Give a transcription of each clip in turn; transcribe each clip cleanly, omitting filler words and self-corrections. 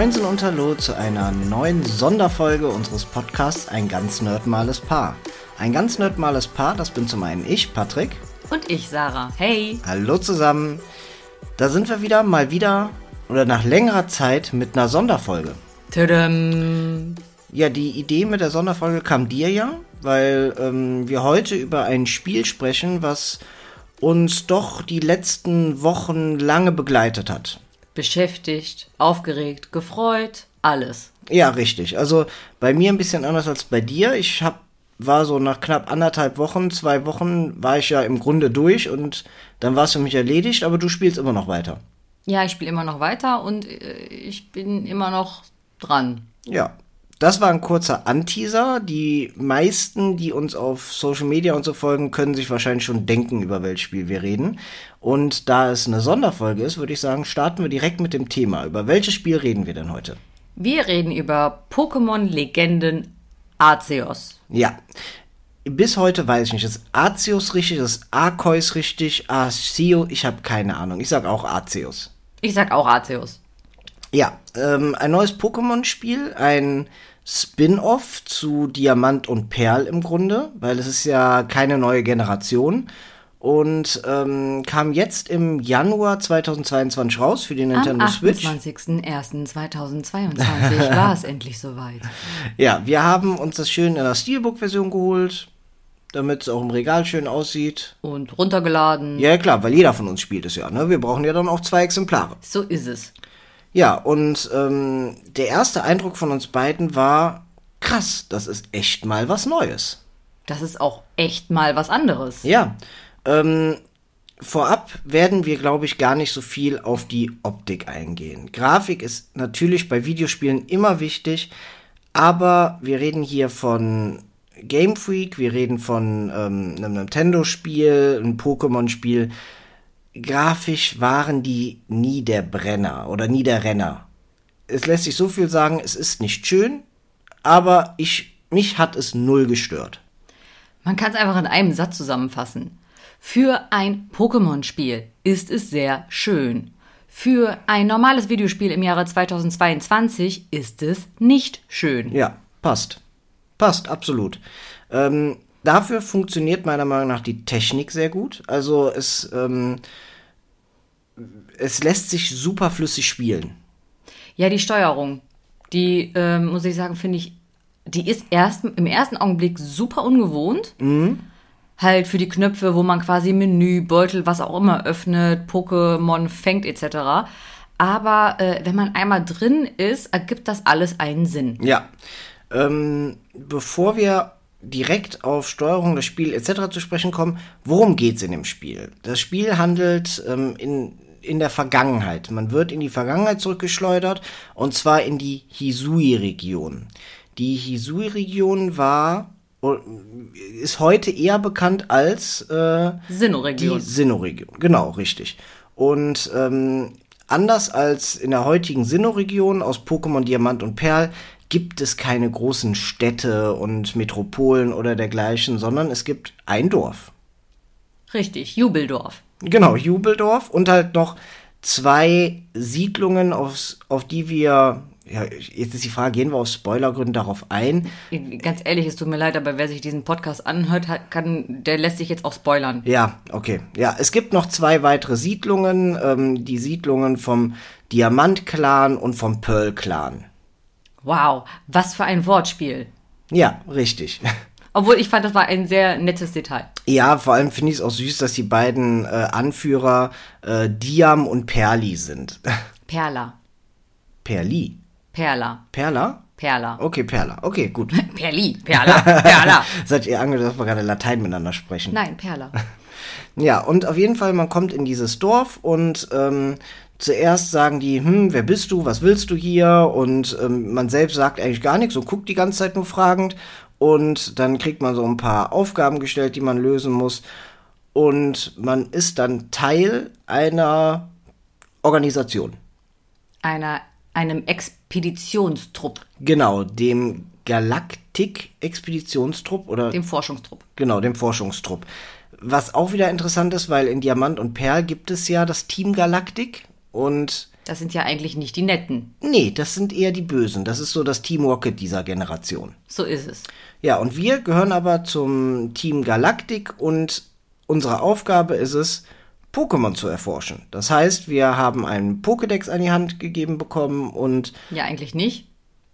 Moinsen und Hallo zu einer neuen Sonderfolge unseres Podcasts Ein ganz nerdmales Paar. Ein ganz nerdmales Paar, das bin zum einen ich, Patrick. Und ich, Sarah. Hey. Hallo zusammen. Da sind wir mal wieder, nach längerer Zeit mit einer Sonderfolge. Tadam. Ja, die Idee mit der Sonderfolge kam dir ja, weil wir heute über ein Spiel sprechen, was uns doch die letzten Wochen lange begleitet hat. Beschäftigt, aufgeregt, gefreut, alles. Ja, richtig. Also bei mir ein bisschen anders als bei dir. War so nach knapp 2 Wochen, war ich ja im Grunde durch und dann war es für mich erledigt, aber du spielst immer noch weiter. Ja, ich spiele immer noch weiter und ich bin immer noch dran. Ja, das war ein kurzer Anteaser. Die meisten, die uns auf Social Media und so folgen, können sich wahrscheinlich schon denken, über welches Spiel wir reden. Und da es eine Sonderfolge ist, würde ich sagen, starten wir direkt mit dem Thema. Über welches Spiel reden wir denn heute? Wir reden über Pokémon-Legenden Arceus. Ja, bis heute weiß ich nicht, ist Arceus richtig, ist Arceus richtig, Arceus, ich habe keine Ahnung. Ich sag auch Arceus. Ich sag auch Arceus. Ja, ein neues Pokémon-Spiel, ein Spin-off zu Diamant und Perl im Grunde, weil es ist ja keine neue Generation und kam jetzt im Januar 2022 raus für die Nintendo Switch. Am 28.01.2022 war es endlich soweit. Ja, wir haben uns das schön in der Steelbook-Version geholt, damit es auch im Regal schön aussieht. Und runtergeladen. Ja, klar, weil jeder von uns spielt es ja, ne? Wir brauchen ja dann auch 2 Exemplare. So ist es. Ja, und der erste Eindruck von uns beiden war, krass, das ist echt mal was Neues. Das ist auch echt mal was anderes. Ja, vorab werden wir, glaube ich, gar nicht so viel auf die Optik eingehen. Grafik ist natürlich bei Videospielen immer wichtig, aber wir reden hier von Game Freak, wir reden von einem Nintendo-Spiel, einem Pokémon-Spiel. Grafisch waren die nie der Brenner oder nie der Renner. Es lässt sich so viel sagen, es ist nicht schön, aber mich hat es null gestört. Man kann es einfach in einem Satz zusammenfassen. Für ein Pokémon-Spiel ist es sehr schön. Für ein normales Videospiel im Jahre 2022 ist es nicht schön. Ja, passt. Passt, absolut. Dafür funktioniert meiner Meinung nach die Technik sehr gut. Also es lässt sich super flüssig spielen. Ja, die Steuerung, die, muss ich sagen, finde ich, die ist im ersten Augenblick super ungewohnt. Mhm. Halt für die Knöpfe, wo man quasi Menü, Beutel, was auch immer öffnet, Pokémon fängt etc. Aber wenn man einmal drin ist, ergibt das alles einen Sinn. Ja, bevor wir direkt auf Steuerung, das Spiel etc. zu sprechen kommen, worum geht's in dem Spiel? Das Spiel handelt in der Vergangenheit. Man wird in die Vergangenheit zurückgeschleudert und zwar in die Hisui-Region. Die Hisui-Region ist heute eher bekannt als Sinnoh-Region. Die Sinnoh-Region, genau, richtig. Und anders als in der heutigen Sinnoh-Region aus Pokémon Diamant und Perl gibt es keine großen Städte und Metropolen oder dergleichen, sondern es gibt ein Dorf. Richtig, Jubeldorf. Genau, Jubeldorf und halt noch 2 Siedlungen, auf die wir, ja, jetzt ist die Frage, gehen wir aus Spoilergründen darauf ein? Ganz ehrlich, es tut mir leid, aber wer sich diesen Podcast anhört, der lässt sich jetzt auch spoilern. Ja, okay. Ja, es gibt noch 2 weitere Siedlungen, die Siedlungen vom Diamant-Clan und vom Pearl-Clan. Wow, was für ein Wortspiel. Ja, richtig. Obwohl, ich fand, das war ein sehr nettes Detail. Ja, vor allem finde ich es auch süß, dass die beiden Anführer Diam und Perli sind. Perla. Perli? Perla. Perla? Perla. Okay, Perla. Okay, gut. Perli. Perla. Perla. Seid ihr angehört, dass wir gerade Latein miteinander sprechen? Nein, Perla. Ja, und auf jeden Fall, man kommt in dieses Dorf und zuerst sagen die, wer bist du, was willst du hier? Und man selbst sagt eigentlich gar nichts und guckt die ganze Zeit nur fragend. Und dann kriegt man so ein paar Aufgaben gestellt, die man lösen muss. Und man ist dann Teil einer Organisation. Einem Expeditionstrupp. Genau, dem Galaktik-Expeditionstrupp oder Dem Forschungstrupp. Genau, dem Forschungstrupp. Was auch wieder interessant ist, weil in Diamant und Perl gibt es ja das Team Galaktik und Das sind ja eigentlich nicht die Netten. Nee, das sind eher die Bösen. Das ist so das Team Rocket dieser Generation. So ist es. Ja, und wir gehören aber zum Team Galactic und unsere Aufgabe ist es, Pokémon zu erforschen. Das heißt, wir haben einen Pokédex an die Hand gegeben bekommen und... Ja, eigentlich nicht.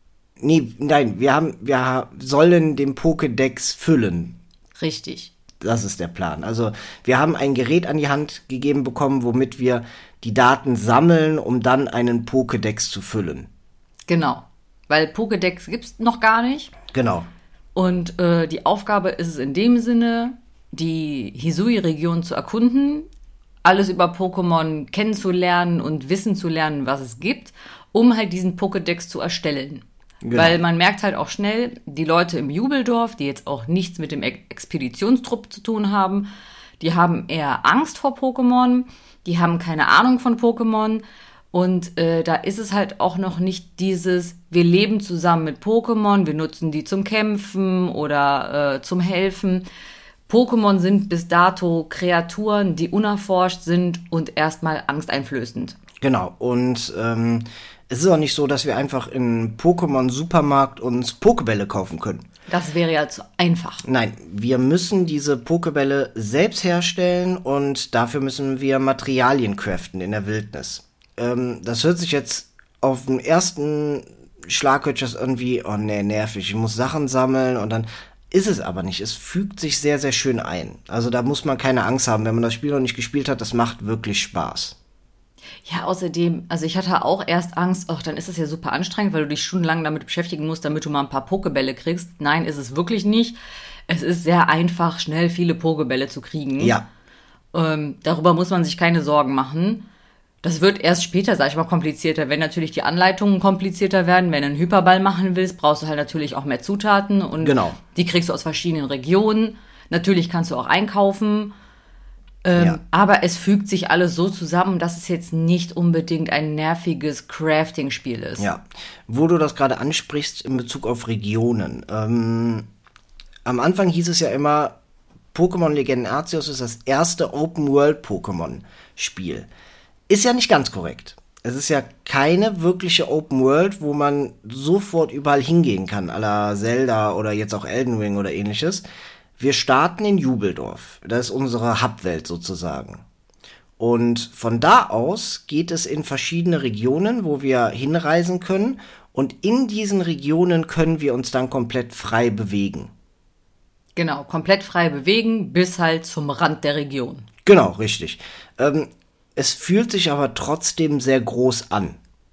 Nein, wir sollen den Pokédex füllen. Richtig. Das ist der Plan. Also wir haben ein Gerät an die Hand gegeben bekommen, womit wir die Daten sammeln, um dann einen Pokédex zu füllen. Genau. Weil Pokédex gibt's noch gar nicht. Genau. Und die Aufgabe ist es in dem Sinne, die Hisui-Region zu erkunden, alles über Pokémon kennenzulernen und wissen zu lernen, was es gibt, um halt diesen Pokédex zu erstellen. Genau. Weil man merkt halt auch schnell, die Leute im Jubeldorf, die jetzt auch nichts mit dem Expeditionstrupp zu tun haben, die haben eher Angst vor Pokémon, die haben keine Ahnung von Pokémon und da ist es halt auch noch nicht dieses, wir leben zusammen mit Pokémon, wir nutzen die zum Kämpfen oder zum Helfen. Pokémon sind bis dato Kreaturen, die unerforscht sind und erstmal angsteinflößend. Genau, und es ist auch nicht so, dass wir einfach in Pokémon-Supermarkt uns Pokébälle kaufen können. Das wäre ja zu einfach. Nein, wir müssen diese Pokébälle selbst herstellen und dafür müssen wir Materialien craften in der Wildnis. Das hört sich jetzt auf den ersten Schlag hört sich das irgendwie, oh nee, nervig, ich muss Sachen sammeln und dann ist es aber nicht. Es fügt sich sehr, sehr schön ein. Also da muss man keine Angst haben, wenn man das Spiel noch nicht gespielt hat, das macht wirklich Spaß. Ja, außerdem, also ich hatte auch erst Angst, dann ist das ja super anstrengend, weil du dich stundenlang damit beschäftigen musst, damit du mal ein paar Pokébälle kriegst. Nein, ist es wirklich nicht. Es ist sehr einfach, schnell viele Pokébälle zu kriegen. Ja. Darüber muss man sich keine Sorgen machen. Das wird erst später, sag ich mal, komplizierter, wenn natürlich die Anleitungen komplizierter werden. Wenn du einen Hyperball machen willst, brauchst du halt natürlich auch mehr Zutaten und genau. Die kriegst du aus verschiedenen Regionen. Natürlich kannst du auch einkaufen. Aber es fügt sich alles so zusammen, dass es jetzt nicht unbedingt ein nerviges Crafting-Spiel ist. Ja, wo du das gerade ansprichst in Bezug auf Regionen. Am Anfang hieß es ja immer, Pokémon Legenden Arceus ist das erste Open-World-Pokémon-Spiel. Ist ja nicht ganz korrekt. Es ist ja keine wirkliche Open World, wo man sofort überall hingehen kann, à la Zelda oder jetzt auch Elden Ring oder ähnliches. Wir starten in Jubeldorf. Das ist unsere Hubwelt sozusagen. Und von da aus geht es in verschiedene Regionen, wo wir hinreisen können. Und in diesen Regionen können wir uns dann komplett frei bewegen. Genau, komplett frei bewegen bis halt zum Rand der Region. Genau, richtig. Es fühlt sich aber trotzdem sehr groß an.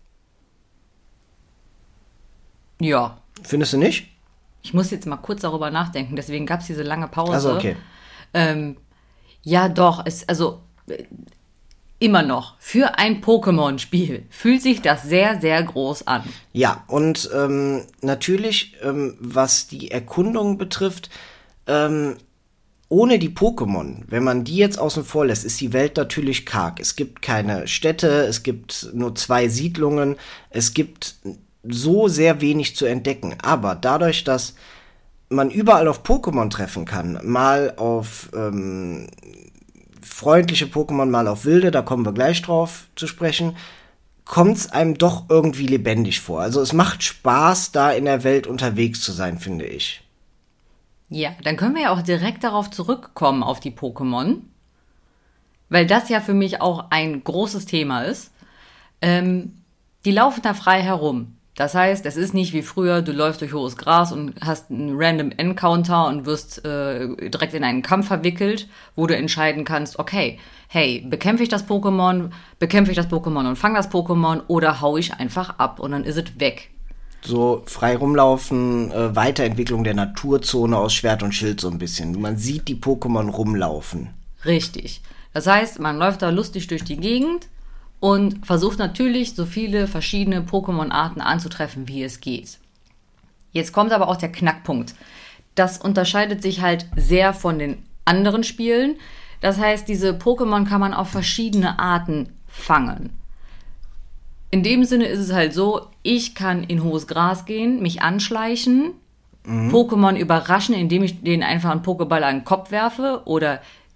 Ja. Findest du nicht? Ich muss jetzt mal kurz darüber nachdenken, deswegen gab es diese lange Pause. Also okay. Ja, doch, immer noch, für ein Pokémon-Spiel fühlt sich das sehr, sehr groß an. Ja, und natürlich, was die Erkundung betrifft, ohne die Pokémon, wenn man die jetzt außen vor lässt, ist die Welt natürlich karg. Es gibt keine Städte, es gibt nur 2 Siedlungen, es gibt so sehr wenig zu entdecken. Aber dadurch, dass man überall auf Pokémon treffen kann, mal auf freundliche Pokémon, mal auf wilde, da kommen wir gleich drauf zu sprechen, kommt es einem doch irgendwie lebendig vor. Also es macht Spaß, da in der Welt unterwegs zu sein, finde ich. Ja, dann können wir ja auch direkt darauf zurückkommen, auf die Pokémon. Weil das ja für mich auch ein großes Thema ist. Die laufen da frei herum. Das heißt, es ist nicht wie früher, du läufst durch hohes Gras und hast einen random Encounter und wirst direkt in einen Kampf verwickelt, wo du entscheiden kannst, okay, hey, bekämpfe ich das Pokémon und fang das Pokémon oder hau ich einfach ab und dann ist es weg. So frei rumlaufen, Weiterentwicklung der Naturzone aus Schwert und Schild so ein bisschen. Man sieht die Pokémon rumlaufen. Richtig. Das heißt, man läuft da lustig durch die Gegend und versucht natürlich, so viele verschiedene Pokémon-Arten anzutreffen, wie es geht. Jetzt kommt aber auch der Knackpunkt. Das unterscheidet sich halt sehr von den anderen Spielen. Das heißt, diese Pokémon kann man auf verschiedene Arten fangen. In dem Sinne ist es halt so, ich kann in hohes Gras gehen, mich anschleichen, Pokémon überraschen, indem ich denen einfach einen Pokéball an den Kopf werfe oder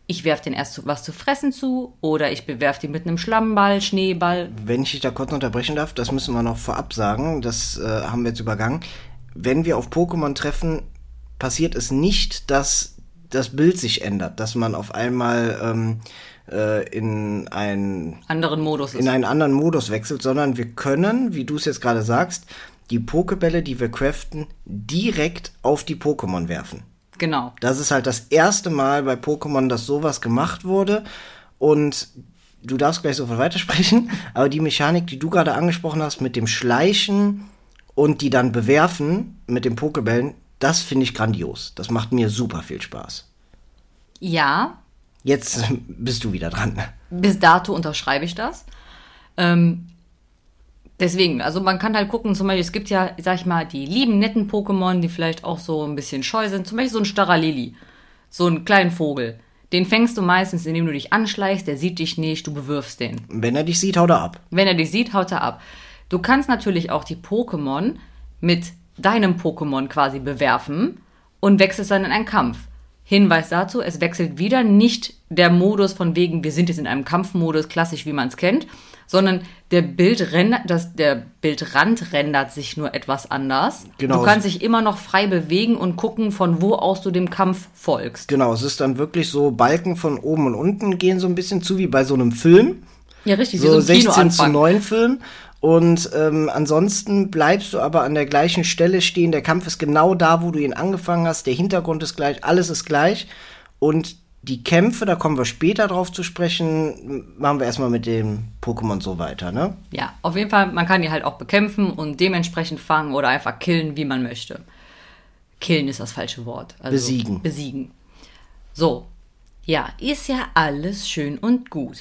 ich werfe den erst was zu fressen zu oder ich bewerfe den mit einem Schlammball, Schneeball. Wenn ich dich da kurz unterbrechen darf, das müssen wir noch vorab sagen, das haben wir jetzt übergangen. Wenn wir auf Pokémon treffen, passiert es nicht, dass das Bild sich ändert, dass man auf einmal in einen anderen Modus ist. In einen anderen Modus wechselt, sondern wir können, wie du es jetzt gerade sagst, die Pokébälle, die wir craften, direkt auf die Pokémon werfen. Genau. Das ist halt das erste Mal bei Pokémon, dass sowas gemacht wurde. Und du darfst gleich sofort weitersprechen, aber die Mechanik, die du gerade angesprochen hast, mit dem Schleichen und die dann bewerfen mit den Pokébällen, das finde ich grandios. Das macht mir super viel Spaß. Ja. Jetzt bist du wieder dran. Bis dato unterschreibe ich das. Deswegen, also man kann halt gucken, zum Beispiel, es gibt ja, sag ich mal, die lieben, netten Pokémon, die vielleicht auch so ein bisschen scheu sind. Zum Beispiel so ein Staralili, so einen kleinen Vogel. Den fängst du meistens, indem du dich anschleichst, der sieht dich nicht, du bewirfst den. Wenn er dich sieht, haut er ab. Wenn er dich sieht, haut er ab. Du kannst natürlich auch die Pokémon mit deinem Pokémon quasi bewerfen und wechselst dann in einen Kampf. Hinweis dazu, es wechselt wieder nicht der Modus von wegen, wir sind jetzt in einem Kampfmodus, klassisch wie man es kennt, sondern der Bildrand rendert sich nur etwas anders. Genau. Du kannst dich immer noch frei bewegen und gucken, von wo aus du dem Kampf folgst. Genau, es ist dann wirklich so, Balken von oben und unten gehen so ein bisschen zu wie bei so einem Film. Ja, richtig, so wie so ein 16:9 Film. Und ansonsten bleibst du aber an der gleichen Stelle stehen. Der Kampf ist genau da, wo du ihn angefangen hast. Der Hintergrund ist gleich, alles ist gleich. Und die Kämpfe, da kommen wir später drauf zu sprechen, machen wir erstmal mit dem Pokémon so weiter, ne? Ja, auf jeden Fall, man kann die halt auch bekämpfen und dementsprechend fangen oder einfach killen, wie man möchte. Killen ist das falsche Wort. Also besiegen. Besiegen. So, ja, ist ja alles schön und gut.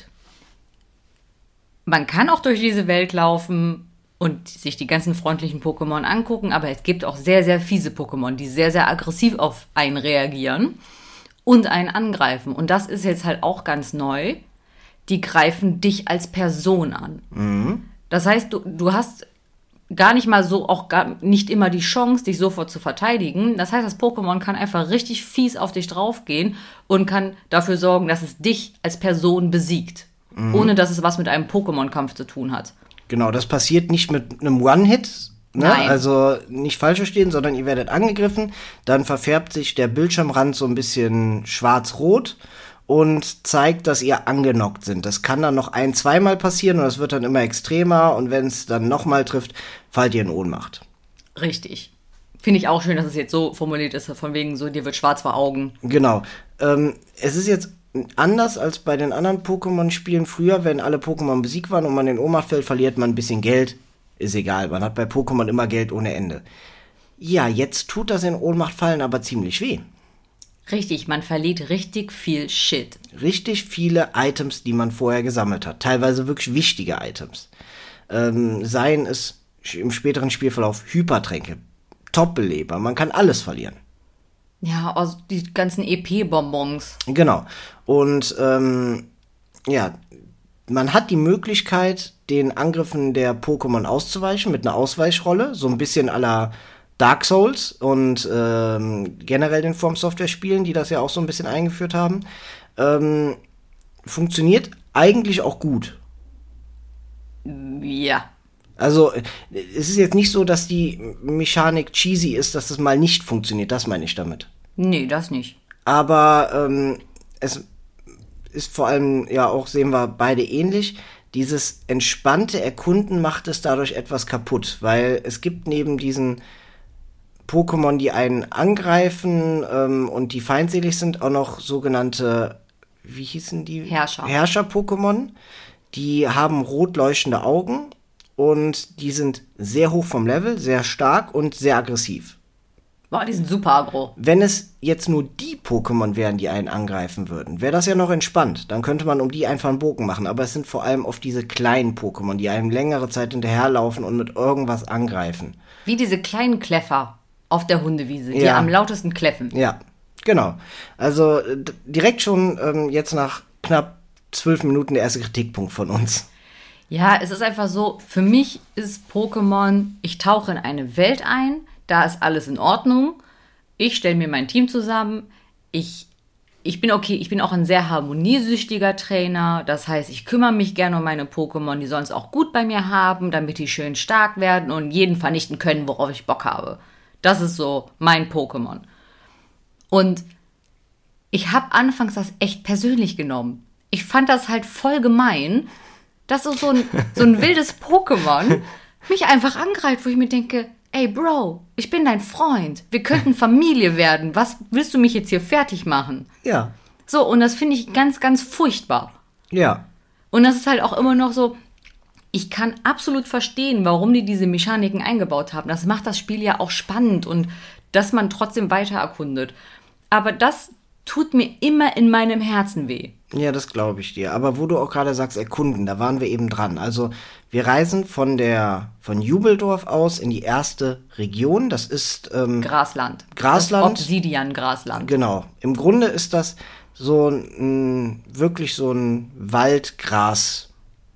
Man kann auch durch diese Welt laufen und sich die ganzen freundlichen Pokémon angucken, aber es gibt auch sehr, sehr fiese Pokémon, die sehr, sehr aggressiv auf einen reagieren und einen angreifen. Und das ist jetzt halt auch ganz neu. Die greifen dich als Person an. Mhm. Das heißt, du hast gar nicht mal so, auch gar nicht immer die Chance, dich sofort zu verteidigen. Das heißt, das Pokémon kann einfach richtig fies auf dich draufgehen und kann dafür sorgen, dass es dich als Person besiegt. Ohne dass es was mit einem Pokémon-Kampf zu tun hat. Genau, das passiert nicht mit einem One-Hit, ne? Nein. Also nicht falsch verstehen, sondern ihr werdet angegriffen, dann verfärbt sich der Bildschirmrand so ein bisschen schwarz-rot und zeigt, dass ihr angenockt sind. Das kann dann noch zweimal passieren und das wird dann immer extremer und wenn es dann nochmal trifft, fallt ihr in Ohnmacht. Richtig. Finde ich auch schön, dass es jetzt so formuliert ist, von wegen so, dir wird schwarz vor Augen. Genau. Es ist jetzt anders als bei den anderen Pokémon-Spielen früher, wenn alle Pokémon besiegt waren und man in Ohnmacht fällt, verliert man ein bisschen Geld. Ist egal, man hat bei Pokémon immer Geld ohne Ende. Ja, jetzt tut das in Ohnmacht fallen aber ziemlich weh. Richtig, man verliert richtig viel Shit. Richtig viele Items, die man vorher gesammelt hat. Teilweise wirklich wichtige Items. Seien es im späteren Spielverlauf Hypertränke, Top-Beleber, man kann alles verlieren. Ja, also die ganzen EP-Bonbons. Genau. Und ja, man hat die Möglichkeit, den Angriffen der Pokémon auszuweichen mit einer Ausweichrolle, so ein bisschen à la Dark Souls und generell den From Software-Spielen, die das ja auch so ein bisschen eingeführt haben. Funktioniert eigentlich auch gut. Ja. Also, es ist jetzt nicht so, dass die Mechanik cheesy ist, dass das mal nicht funktioniert. Das meine ich damit. Nee, das nicht. Aber es ist vor allem, ja auch, sehen wir beide ähnlich. Dieses entspannte Erkunden macht es dadurch etwas kaputt. Weil es gibt neben diesen Pokémon, die einen angreifen und die feindselig sind, auch noch sogenannte, wie hießen die? Herrscher-Pokémon. Die haben rot leuchtende Augen. Und die sind sehr hoch vom Level, sehr stark und sehr aggressiv. Boah, die sind super aggro. Wenn es jetzt nur die Pokémon wären, die einen angreifen würden, wäre das ja noch entspannt. Dann könnte man um die einfach einen Bogen machen. Aber es sind vor allem oft diese kleinen Pokémon, die einem längere Zeit hinterherlaufen und mit irgendwas angreifen. Wie diese kleinen Kläffer auf der Hundewiese, die am lautesten kläffen. Ja, genau. Also direkt schon jetzt nach knapp 12 Minuten der erste Kritikpunkt von uns. Ja, es ist einfach so, für mich ist Pokémon, ich tauche in eine Welt ein, da ist alles in Ordnung, ich stelle mir mein Team zusammen, ich ich bin okay, ich bin auch ein sehr harmoniesüchtiger Trainer. Das heißt, ich kümmere mich gerne um meine Pokémon, die sollen es auch gut bei mir haben, damit die schön stark werden und jeden vernichten können, worauf ich Bock habe. Das ist so mein Pokémon. Und ich habe anfangs das echt persönlich genommen. Ich fand das halt voll gemein, dass so ein wildes Pokémon mich einfach angreift, wo ich mir denke, ey Bro, ich bin dein Freund. Wir könnten Familie werden. Was willst du mich jetzt hier fertig machen? Ja. So, und das finde ich ganz, ganz furchtbar. Ja. Und das ist halt auch immer noch so, ich kann absolut verstehen, warum die diese Mechaniken eingebaut haben. Das macht das Spiel ja auch spannend und dass man trotzdem weiter erkundet. Aber das tut mir immer in meinem Herzen weh. Ja, das glaube ich dir. Aber wo du auch gerade sagst, erkunden, da waren wir eben dran. Also wir reisen von Jubeldorf aus in die erste Region. Das ist Grasland. Grasland. Das Obsidian-Grasland. Genau. Im Grunde ist das wirklich so ein Waldgrasgebiet.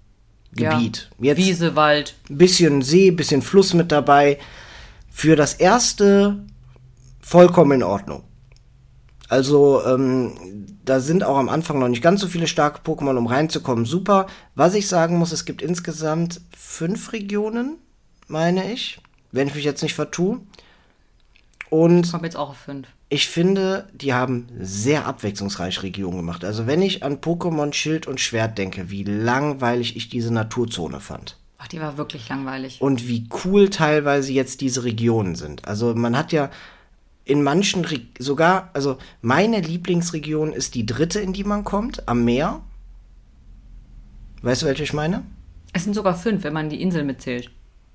Ja, Wiese, Wald. Bisschen See, bisschen Fluss mit dabei. Für das erste vollkommen in Ordnung. Also, da sind auch am Anfang noch nicht ganz so viele starke Pokémon, um reinzukommen. Super. Was ich sagen muss, es gibt insgesamt 5 Regionen, meine ich. Wenn ich mich jetzt nicht vertue. Und Ich komme jetzt auch auf 5. ich finde, die haben sehr abwechslungsreiche Regionen gemacht. Also, wenn ich an Pokémon Schild und Schwert denke, wie langweilig ich diese Naturzone fand. Ach, die war wirklich langweilig. Und wie cool teilweise jetzt diese Regionen sind. Also, man hat ja in manchen also meine Lieblingsregion ist die 3., in die man kommt, am Meer. Weißt du, welche ich meine? Es sind sogar 5, wenn man die Insel mitzählt.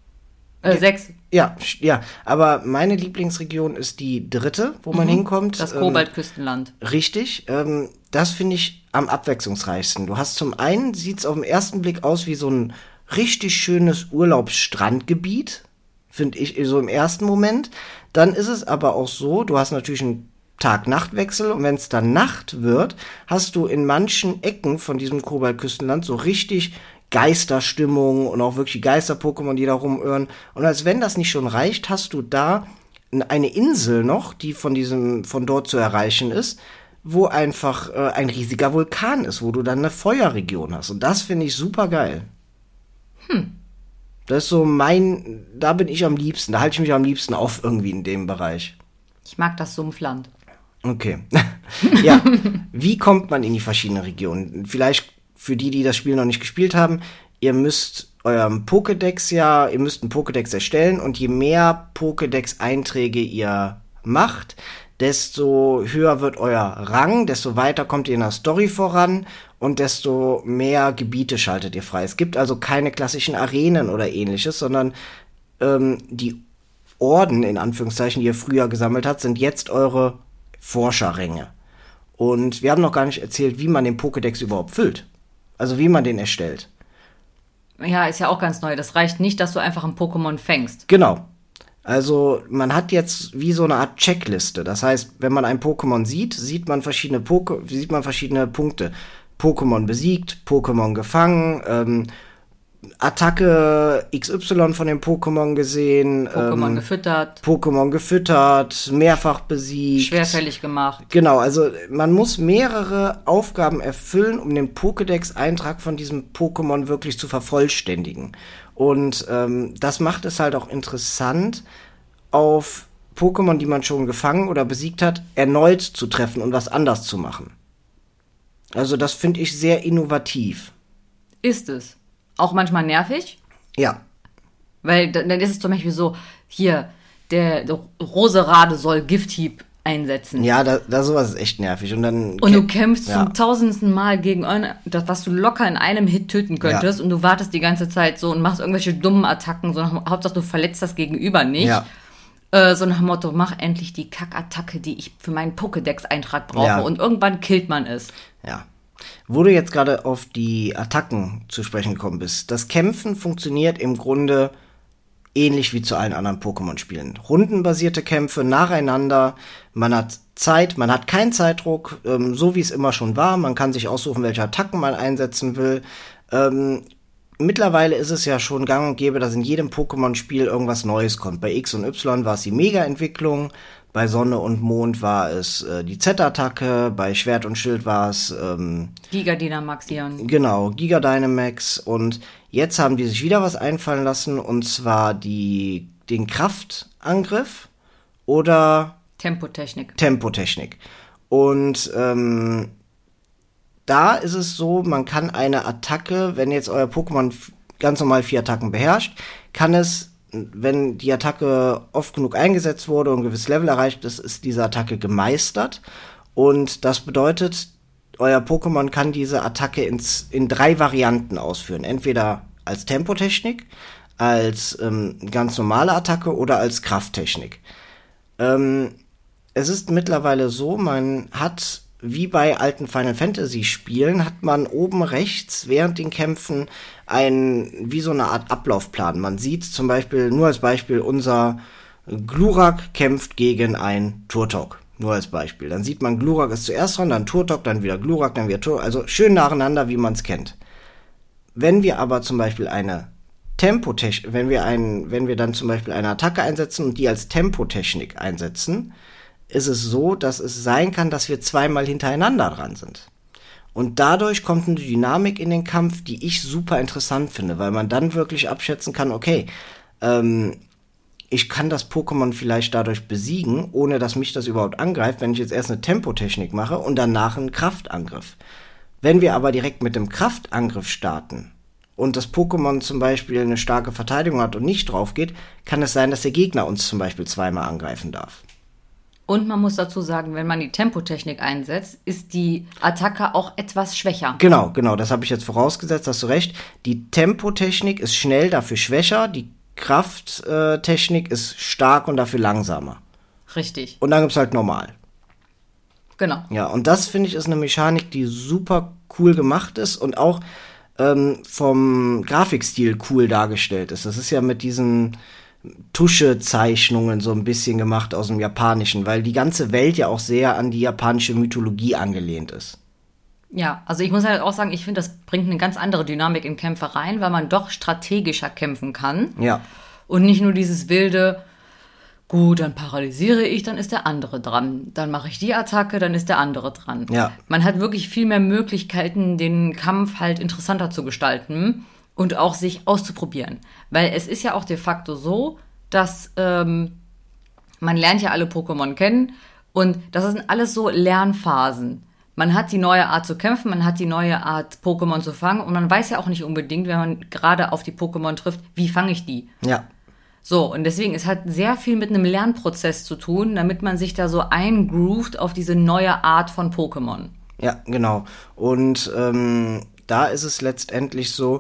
6. Ja, aber meine Lieblingsregion ist die 3., wo man hinkommt. Das Koboldküstenland. Richtig, das finde ich am abwechslungsreichsten. Du hast zum einen, sieht es auf den ersten Blick aus wie so ein richtig schönes Urlaubsstrandgebiet, finde ich so im ersten Moment. Dann ist es aber auch so, du hast natürlich einen Tag-Nacht-Wechsel und wenn es dann Nacht wird, hast du in manchen Ecken von diesem Koboldküstenland so richtig Geisterstimmung und auch wirklich Geister-Pokémon, die da rumirren. Und als wenn das nicht schon reicht, hast du da eine Insel noch, die von dort zu erreichen ist, wo einfach ein riesiger Vulkan ist, wo du dann eine Feuerregion hast. Und das finde ich super geil. Das ist so da bin ich am liebsten, da halte ich mich am liebsten auf irgendwie in dem Bereich. Ich mag das Sumpfland. Okay. Ja, wie kommt man in die verschiedenen Regionen? Vielleicht für die das Spiel noch nicht gespielt haben, ihr müsst einen Pokédex erstellen und je mehr Pokédex-Einträge ihr macht, desto höher wird euer Rang, desto weiter kommt ihr in der Story voran und desto mehr Gebiete schaltet ihr frei. Es gibt also keine klassischen Arenen oder ähnliches, sondern die Orden, in Anführungszeichen, die ihr früher gesammelt habt, sind jetzt eure Forscherränge. Und wir haben noch gar nicht erzählt, wie man den Pokédex überhaupt füllt. Also wie man den erstellt. Ja, ist ja auch ganz neu. Das reicht nicht, dass du einfach ein Pokémon fängst. Genau. Also man hat jetzt wie so eine Art Checkliste. Das heißt, wenn man ein Pokémon sieht man verschiedene Punkte. Pokémon besiegt, Pokémon gefangen, Attacke XY von dem Pokémon gesehen. Pokémon gefüttert, mehrfach besiegt. Schwerfällig gemacht. Genau, also man muss mehrere Aufgaben erfüllen, um den Pokédex-Eintrag von diesem Pokémon wirklich zu vervollständigen. Und das macht es halt auch interessant, auf Pokémon, die man schon gefangen oder besiegt hat, erneut zu treffen und was anders zu machen. Also das finde ich sehr innovativ. Ist es. Auch manchmal nervig? Ja. Weil dann ist es zum Beispiel so, hier, der Roserade soll Gifthieb einsetzen. Ja, sowas ist echt nervig. Und du kämpfst zum 1000. Mal gegen das, was du locker in einem Hit töten könntest, und du wartest die ganze Zeit so und machst irgendwelche dummen Attacken, so Hauptsache du verletzt das Gegenüber nicht. Ja. So nach dem Motto, mach endlich die Kackattacke, die ich für meinen Pokédex-Eintrag brauche. Ja. Und irgendwann killt man es. Ja. Wo du jetzt gerade auf die Attacken zu sprechen gekommen bist, das Kämpfen funktioniert im Grunde ähnlich wie zu allen anderen Pokémon-Spielen. Rundenbasierte Kämpfe nacheinander, man hat Zeit, man hat keinen Zeitdruck, so wie es immer schon war, man kann sich aussuchen, welche Attacken man einsetzen will. Mittlerweile ist es ja schon gang und gäbe, dass in jedem Pokémon-Spiel irgendwas Neues kommt. Bei X und Y war es die Mega-Entwicklung, Bei Sonne und Mond war es die Z-Attacke, bei Schwert und Schild war es Giga Dynamax Ion. genau, Giga Dynamax, und jetzt haben die sich wieder was einfallen lassen, und zwar den Kraftangriff oder Tempotechnik. Und da ist es so, man kann eine Attacke, wenn jetzt euer Pokémon ganz normal 4 Attacken beherrscht, kann es, wenn die Attacke oft genug eingesetzt wurde und ein gewisses Level erreicht ist diese Attacke gemeistert. Und das bedeutet, euer Pokémon kann diese Attacke in 3 Varianten ausführen. Entweder als Tempotechnik, als ganz normale Attacke oder als Krafttechnik. Es ist mittlerweile so, man hat, wie bei alten Final Fantasy Spielen, hat man oben rechts während den Kämpfen wie so eine Art Ablaufplan. Man sieht zum Beispiel, nur als Beispiel, unser Glurak kämpft gegen ein Turtok. Nur als Beispiel. Dann sieht man, Glurak ist zuerst dran, dann Turtok, dann wieder Glurak, dann wieder Turtok. Also schön nacheinander, wie man es kennt. Wenn wir aber zum Beispiel eine Tempotechnik, wenn wir dann zum Beispiel eine Attacke einsetzen und die als Tempotechnik einsetzen, ist es so, dass es sein kann, dass wir 2-mal hintereinander dran sind. Und dadurch kommt eine Dynamik in den Kampf, die ich super interessant finde, weil man dann wirklich abschätzen kann, okay, ich kann das Pokémon vielleicht dadurch besiegen, ohne dass mich das überhaupt angreift, wenn ich jetzt erst eine Tempotechnik mache und danach einen Kraftangriff. Wenn wir aber direkt mit dem Kraftangriff starten und das Pokémon zum Beispiel eine starke Verteidigung hat und nicht drauf geht, kann es sein, dass der Gegner uns zum Beispiel 2-mal angreifen darf. Und man muss dazu sagen, wenn man die Tempotechnik einsetzt, ist die Attacke auch etwas schwächer. Genau, das habe ich jetzt vorausgesetzt, hast du recht. Die Tempotechnik ist schnell, dafür schwächer. Die Krafttechnik ist stark und dafür langsamer. Richtig. Und dann gibt's halt normal. Genau. Ja, und das, finde ich, ist eine Mechanik, die super cool gemacht ist und auch vom Grafikstil cool dargestellt ist. Das ist ja mit diesen Tuschezeichnungen so ein bisschen gemacht aus dem Japanischen, weil die ganze Welt ja auch sehr an die japanische Mythologie angelehnt ist. Ja, also ich muss halt auch sagen, ich finde, das bringt eine ganz andere Dynamik in Kämpfe rein, weil man doch strategischer kämpfen kann. Ja. Und nicht nur dieses wilde, gut, dann paralysiere ich, dann ist der andere dran. Dann mache ich die Attacke, dann ist der andere dran. Ja. Man hat wirklich viel mehr Möglichkeiten, den Kampf halt interessanter zu gestalten und auch sich auszuprobieren. Weil es ist ja auch de facto so, dass man lernt ja alle Pokémon kennen und das sind alles so Lernphasen. Man hat die neue Art zu kämpfen, man hat die neue Art Pokémon zu fangen und man weiß ja auch nicht unbedingt, wenn man gerade auf die Pokémon trifft, wie fange ich die? Ja. So, und deswegen, es hat sehr viel mit einem Lernprozess zu tun, damit man sich da so eingroovt auf diese neue Art von Pokémon. Ja, genau. Und da ist es letztendlich so,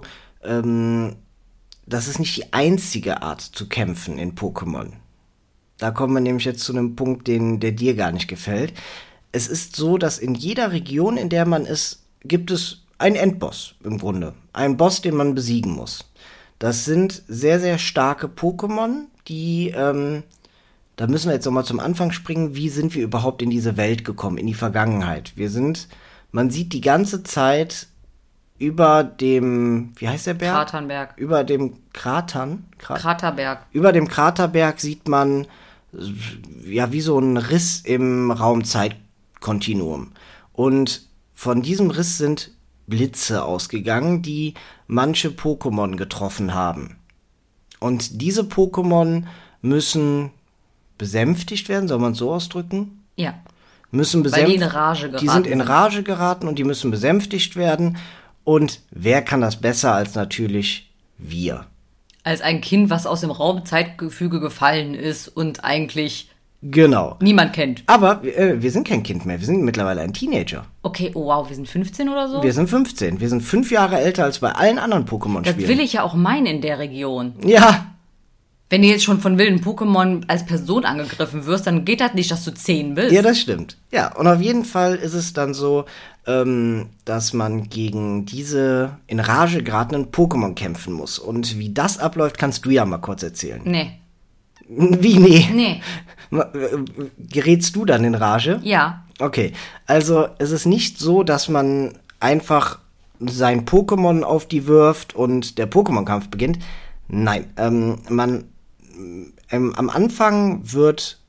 das ist nicht die einzige Art zu kämpfen in Pokémon. Da kommen wir nämlich jetzt zu einem Punkt, der dir gar nicht gefällt. Es ist so, dass in jeder Region, in der man ist, gibt es einen Endboss im Grunde. Einen Boss, den man besiegen muss. Das sind sehr, sehr starke Pokémon, die, da müssen wir jetzt nochmal zum Anfang springen, wie sind wir überhaupt in diese Welt gekommen, in die Vergangenheit. Man sieht die ganze Zeit über dem, wie heißt der Berg? Kraternberg. Über dem Kraterberg. Über dem Kraterberg sieht man, ja, wie so ein Riss im Raum-Zeit-Kontinuum. Und von diesem Riss sind Blitze ausgegangen, die manche Pokémon getroffen haben. Und diese Pokémon müssen besänftigt werden, soll man es so ausdrücken? Ja. Weil die in Rage geraten Die sind in Rage geraten und die müssen besänftigt werden. Und wer kann das besser als natürlich wir? Als ein Kind, was aus dem Raumzeitgefüge gefallen ist und eigentlich genau niemand kennt. Aber wir sind kein Kind mehr, wir sind mittlerweile ein Teenager. Okay, oh wow, wir sind 15 oder so? Wir sind 15, wir sind 5 Jahre älter als bei allen anderen Pokémon-Spielen. Das will ich ja auch meinen in der Region. Ja. Wenn du jetzt schon von wilden Pokémon als Person angegriffen wirst, dann geht das nicht, dass du 10 bist. Ja, das stimmt. Ja, und auf jeden Fall ist es dann so, dass man gegen diese in Rage geratenen Pokémon kämpfen muss. Und wie das abläuft, kannst du ja mal kurz erzählen. Nee. Wie, nee? Nee. Gerätst du dann in Rage? Ja. Okay, also es ist nicht so, dass man einfach sein Pokémon auf die wirft und der Pokémon-Kampf beginnt. Nein, am Anfang wird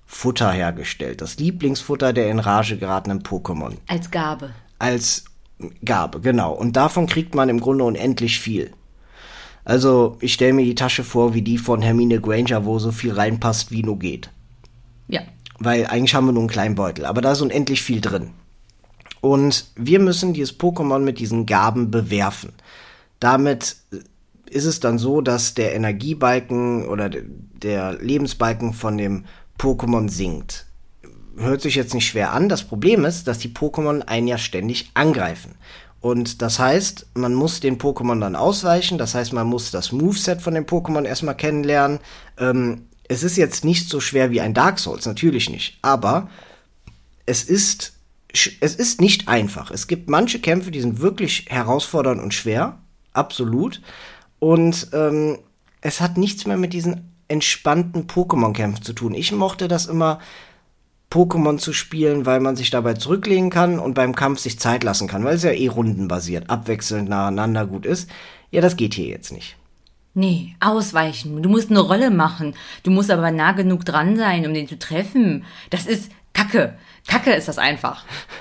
Futter hergestellt. Das Lieblingsfutter der in Rage geratenen Pokémon. Als Gabe. Als Gabe, genau. Und davon kriegt man im Grunde unendlich viel. Also ich stelle mir die Tasche vor wie die von Hermine Granger, wo so viel reinpasst, wie nur geht. Ja. Weil eigentlich haben wir nur einen kleinen Beutel, aber da ist unendlich viel drin. Und wir müssen dieses Pokémon mit diesen Gaben bewerfen. Damit ist es dann so, dass der Energiebalken oder der Lebensbalken von dem Pokémon sinkt. Hört sich jetzt nicht schwer an. Das Problem ist, dass die Pokémon einen ja ständig angreifen. Und das heißt, man muss den Pokémon dann ausweichen. Das heißt, man muss das Moveset von dem Pokémon erstmal kennenlernen. Es ist jetzt nicht so schwer wie ein Dark Souls, natürlich nicht. Aber es ist nicht einfach. Es gibt manche Kämpfe, die sind wirklich herausfordernd und schwer. Absolut. Und es hat nichts mehr mit diesen entspannten Pokémon-Kämpfen zu tun. Ich mochte das immer, Pokémon zu spielen, weil man sich dabei zurücklehnen kann und beim Kampf sich Zeit lassen kann, weil es ja rundenbasiert, abwechselnd nacheinander gut ist. Ja, das geht hier jetzt nicht. Nee, ausweichen. Du musst eine Rolle machen. Du musst aber nah genug dran sein, um den zu treffen. Das ist Kacke. Kacke ist das einfach.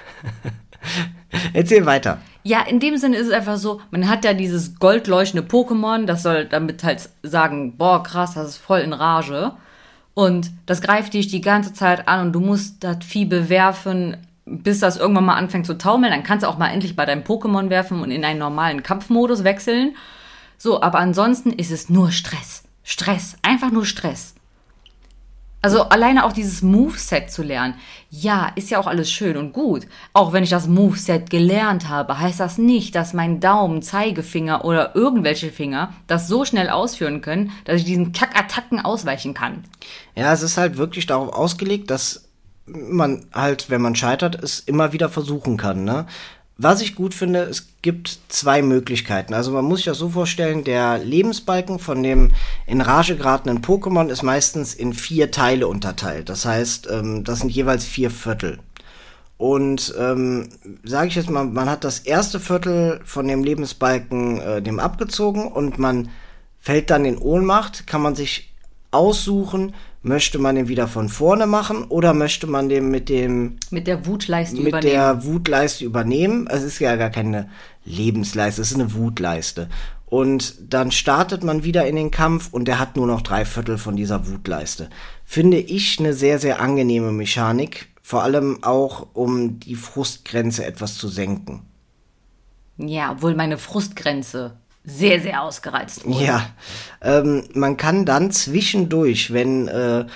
Erzähl weiter. Ja, in dem Sinne ist es einfach so, man hat ja dieses goldleuchtende Pokémon, das soll damit halt sagen, boah, krass, das ist voll in Rage. Und das greift dich die ganze Zeit an und du musst das Vieh bewerfen, bis das irgendwann mal anfängt zu taumeln. Dann kannst du auch mal endlich bei deinem Pokémon werfen und in einen normalen Kampfmodus wechseln. So, aber ansonsten ist es nur Stress. Stress, einfach nur Stress. Also alleine auch dieses Moveset zu lernen, ja, ist ja auch alles schön und gut. Auch wenn ich das Moveset gelernt habe, heißt das nicht, dass mein Daumen, Zeigefinger oder irgendwelche Finger das so schnell ausführen können, dass ich diesen Kackattacken ausweichen kann. Ja, es ist halt wirklich darauf ausgelegt, dass man halt, wenn man scheitert, es immer wieder versuchen kann, ne? Was ich gut finde, es gibt zwei Möglichkeiten. Also man muss sich das so vorstellen, der Lebensbalken von dem in Rage geratenen Pokémon ist meistens in 4 Teile unterteilt. Das heißt, das sind jeweils 4 Viertel. Und sage ich jetzt mal, man hat das erste Viertel von dem Lebensbalken dem abgezogen und man fällt dann in Ohnmacht, kann man sich aussuchen, möchte man den wieder von vorne machen oder möchte man den mit der Wutleiste übernehmen? Mit der Wutleiste übernehmen. Es ist ja gar keine Lebensleiste, es ist eine Wutleiste. Und dann startet man wieder in den Kampf und der hat nur noch 3/4 von dieser Wutleiste. Finde ich eine sehr, sehr angenehme Mechanik. Vor allem auch, um die Frustgrenze etwas zu senken. Ja, obwohl meine Frustgrenze sehr, sehr ausgereizt wurde. Ja, man kann dann zwischendurch, wenn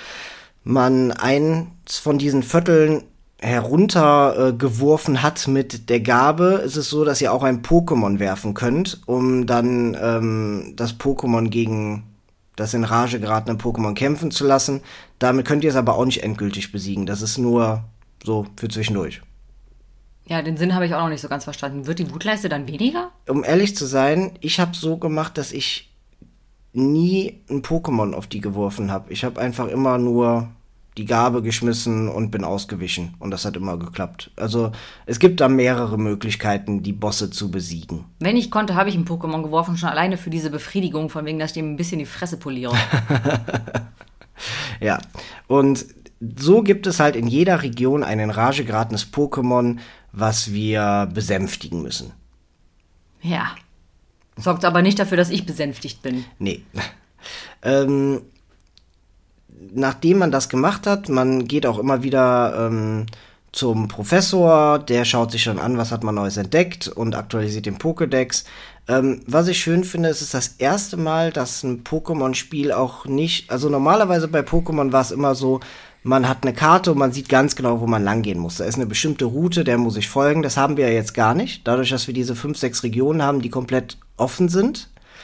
man eins von diesen Vierteln heruntergeworfen hat mit der Gabe, ist es so, dass ihr auch ein Pokémon werfen könnt, um dann das Pokémon gegen das in Rage geratene Pokémon kämpfen zu lassen. Damit könnt ihr es aber auch nicht endgültig besiegen. Das ist nur so für zwischendurch. Ja, den Sinn habe ich auch noch nicht so ganz verstanden. Wird die Wutleiste dann weniger? Um ehrlich zu sein, ich habe so gemacht, dass ich nie ein Pokémon auf die geworfen habe. Ich habe einfach immer nur die Gabe geschmissen und bin ausgewichen. Und das hat immer geklappt. Also es gibt da mehrere Möglichkeiten, die Bosse zu besiegen. Wenn ich konnte, habe ich ein Pokémon geworfen, schon alleine für diese Befriedigung, von wegen, dass ich dem ein bisschen die Fresse poliere. Ja, und so gibt es halt in jeder Region ein in Rage geratenes Pokémon, was wir besänftigen müssen. Ja. Sorgt aber nicht dafür, dass ich besänftigt bin. Nee. Nachdem man das gemacht hat, man geht auch immer wieder zum Professor, der schaut sich schon an, was hat man Neues entdeckt und aktualisiert den Pokédex. Was ich schön finde, es ist das erste Mal, dass ein Pokémon-Spiel auch nicht, also normalerweise bei Pokémon war es immer so, man hat eine Karte und man sieht ganz genau, wo man langgehen muss. Da ist eine bestimmte Route, der muss ich folgen. Das haben wir ja jetzt gar nicht. Dadurch, dass wir diese 5, 6 Regionen haben, die komplett offen sind,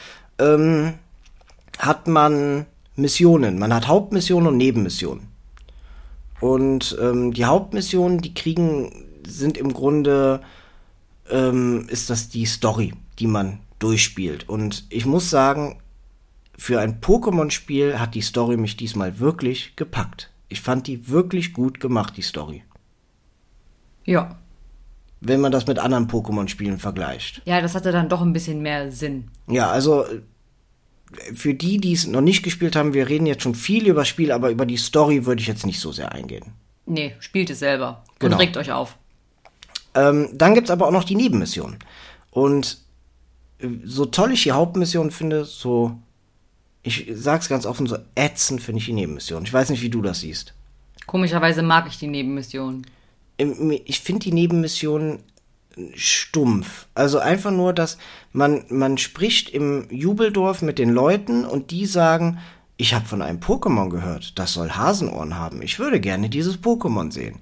hat man Missionen. Man hat Hauptmissionen und Nebenmissionen. Und die Hauptmissionen, sind im Grunde, ist das die Story, die man durchspielt. Und ich muss sagen, für ein Pokémon-Spiel hat die Story mich diesmal wirklich gepackt. Ich fand die wirklich gut gemacht, die Story. Ja. Wenn man das mit anderen Pokémon-Spielen vergleicht. Ja, das hatte dann doch ein bisschen mehr Sinn. Ja, also für die es noch nicht gespielt haben, wir reden jetzt schon viel über das Spiel, aber über die Story würde ich jetzt nicht so sehr eingehen. Nee, spielt es selber Genau. und regt euch auf. Dann gibt's aber auch noch die Nebenmissionen. Und so toll ich die Hauptmission finde, so, ich sag's ganz offen, so ätzend finde ich die Nebenmission. Ich weiß nicht, wie du das siehst. Komischerweise mag ich die Nebenmissionen. Ich finde die Nebenmissionen stumpf. Also einfach nur, dass man spricht im Jubeldorf mit den Leuten und die sagen, ich habe von einem Pokémon gehört, das soll Hasenohren haben. Ich würde gerne dieses Pokémon sehen.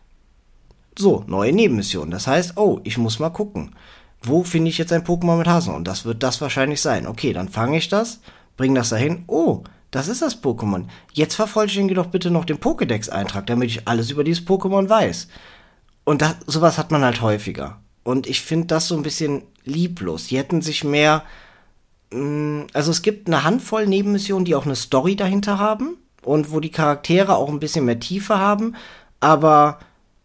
So, neue Nebenmission. Das heißt, oh, ich muss mal gucken. Wo finde ich jetzt ein Pokémon mit Hasenohren? Das wird das wahrscheinlich sein. Okay, dann fange ich das, bringe das dahin. Oh, das ist das Pokémon. Jetzt vervollständige doch bitte noch den Pokédex-Eintrag, damit ich alles über dieses Pokémon weiß. Und sowas hat man halt häufiger. Und ich finde das so ein bisschen lieblos. Die hätten sich mehr... Also es gibt eine Handvoll Nebenmissionen, die auch eine Story dahinter haben. Und wo die Charaktere auch ein bisschen mehr Tiefe haben. Aber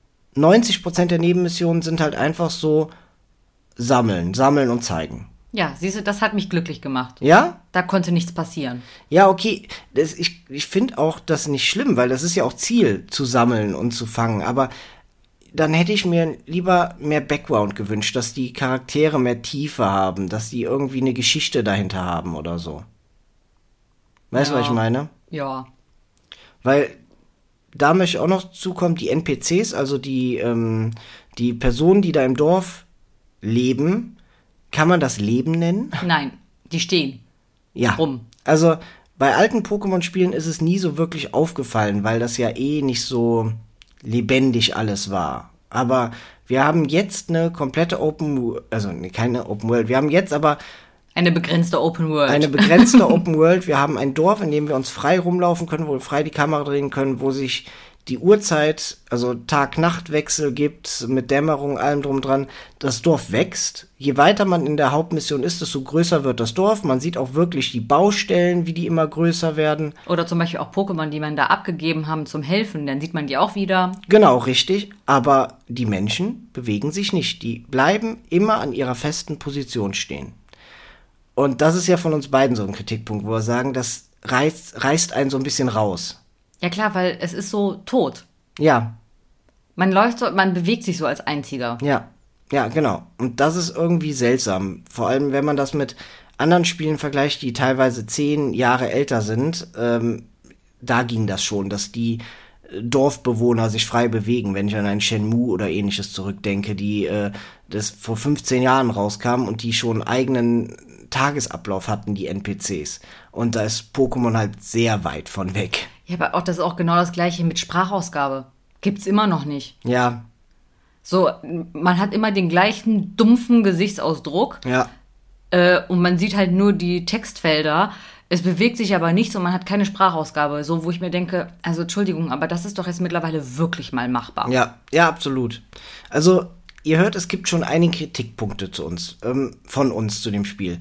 90% der Nebenmissionen sind halt einfach so sammeln und zeigen. Ja, siehst du, das hat mich glücklich gemacht. Ja? Da konnte nichts passieren. Ja, okay. Ich finde auch das nicht schlimm, weil das ist ja auch Ziel, zu sammeln und zu fangen. Aber dann hätte ich mir lieber mehr Background gewünscht, dass die Charaktere mehr Tiefe haben, dass die irgendwie eine Geschichte dahinter haben oder so. Weißt du, Ja. was ich meine? Ja. Weil da möchte ich auch noch zukommen, die NPCs, also die Personen, die da im Dorf leben, kann man das Leben nennen? Nein, die stehen. Ja. Rum. Also bei alten Pokémon-Spielen ist es nie so wirklich aufgefallen, weil das ja eh nicht so lebendig alles war. Aber wir haben jetzt eine komplette keine Open World, wir haben jetzt aber Eine begrenzte Open World. eine begrenzte Open World. Wir haben ein Dorf, in dem wir uns frei rumlaufen können, wo wir frei die Kamera drehen können, wo sich die Uhrzeit, also Tag-Nacht-Wechsel gibt, mit Dämmerung, allem drum dran. Das Dorf wächst. Je weiter man in der Hauptmission ist, desto größer wird das Dorf. Man sieht auch wirklich die Baustellen, wie die immer größer werden. Oder zum Beispiel auch Pokémon, die man da abgegeben haben zum Helfen. Dann sieht man die auch wieder. Genau, richtig. Aber die Menschen bewegen sich nicht. Die bleiben immer an ihrer festen Position stehen. Und das ist ja von uns beiden so ein Kritikpunkt, wo wir sagen, das reißt einen so ein bisschen raus. Ja klar, weil es ist so tot. Ja, Man läuft so, man bewegt sich so als Einziger. ja, genau. Und das ist irgendwie seltsam. Vor allem, wenn man das mit anderen Spielen vergleicht, die teilweise 10 Jahre älter sind. Da ging das schon, dass die Dorfbewohner sich frei bewegen. Wenn ich an ein Shenmue oder ähnliches zurückdenke, die das vor 15 Jahren rauskamen und die schon eigenen Tagesablauf hatten, die NPCs. Und da ist Pokémon halt sehr weit von weg. Ja, aber auch das ist auch genau das Gleiche mit Sprachausgabe. Gibt's immer noch nicht. Ja, So, man hat immer den gleichen dumpfen Gesichtsausdruck ja. und man sieht halt nur die Textfelder. Es bewegt sich aber nichts und man hat keine Sprachausgabe. So, wo ich mir denke, also Entschuldigung, aber das ist doch jetzt mittlerweile wirklich mal machbar. Ja, absolut. Also, ihr hört, es gibt schon einige Kritikpunkte von uns zu dem Spiel.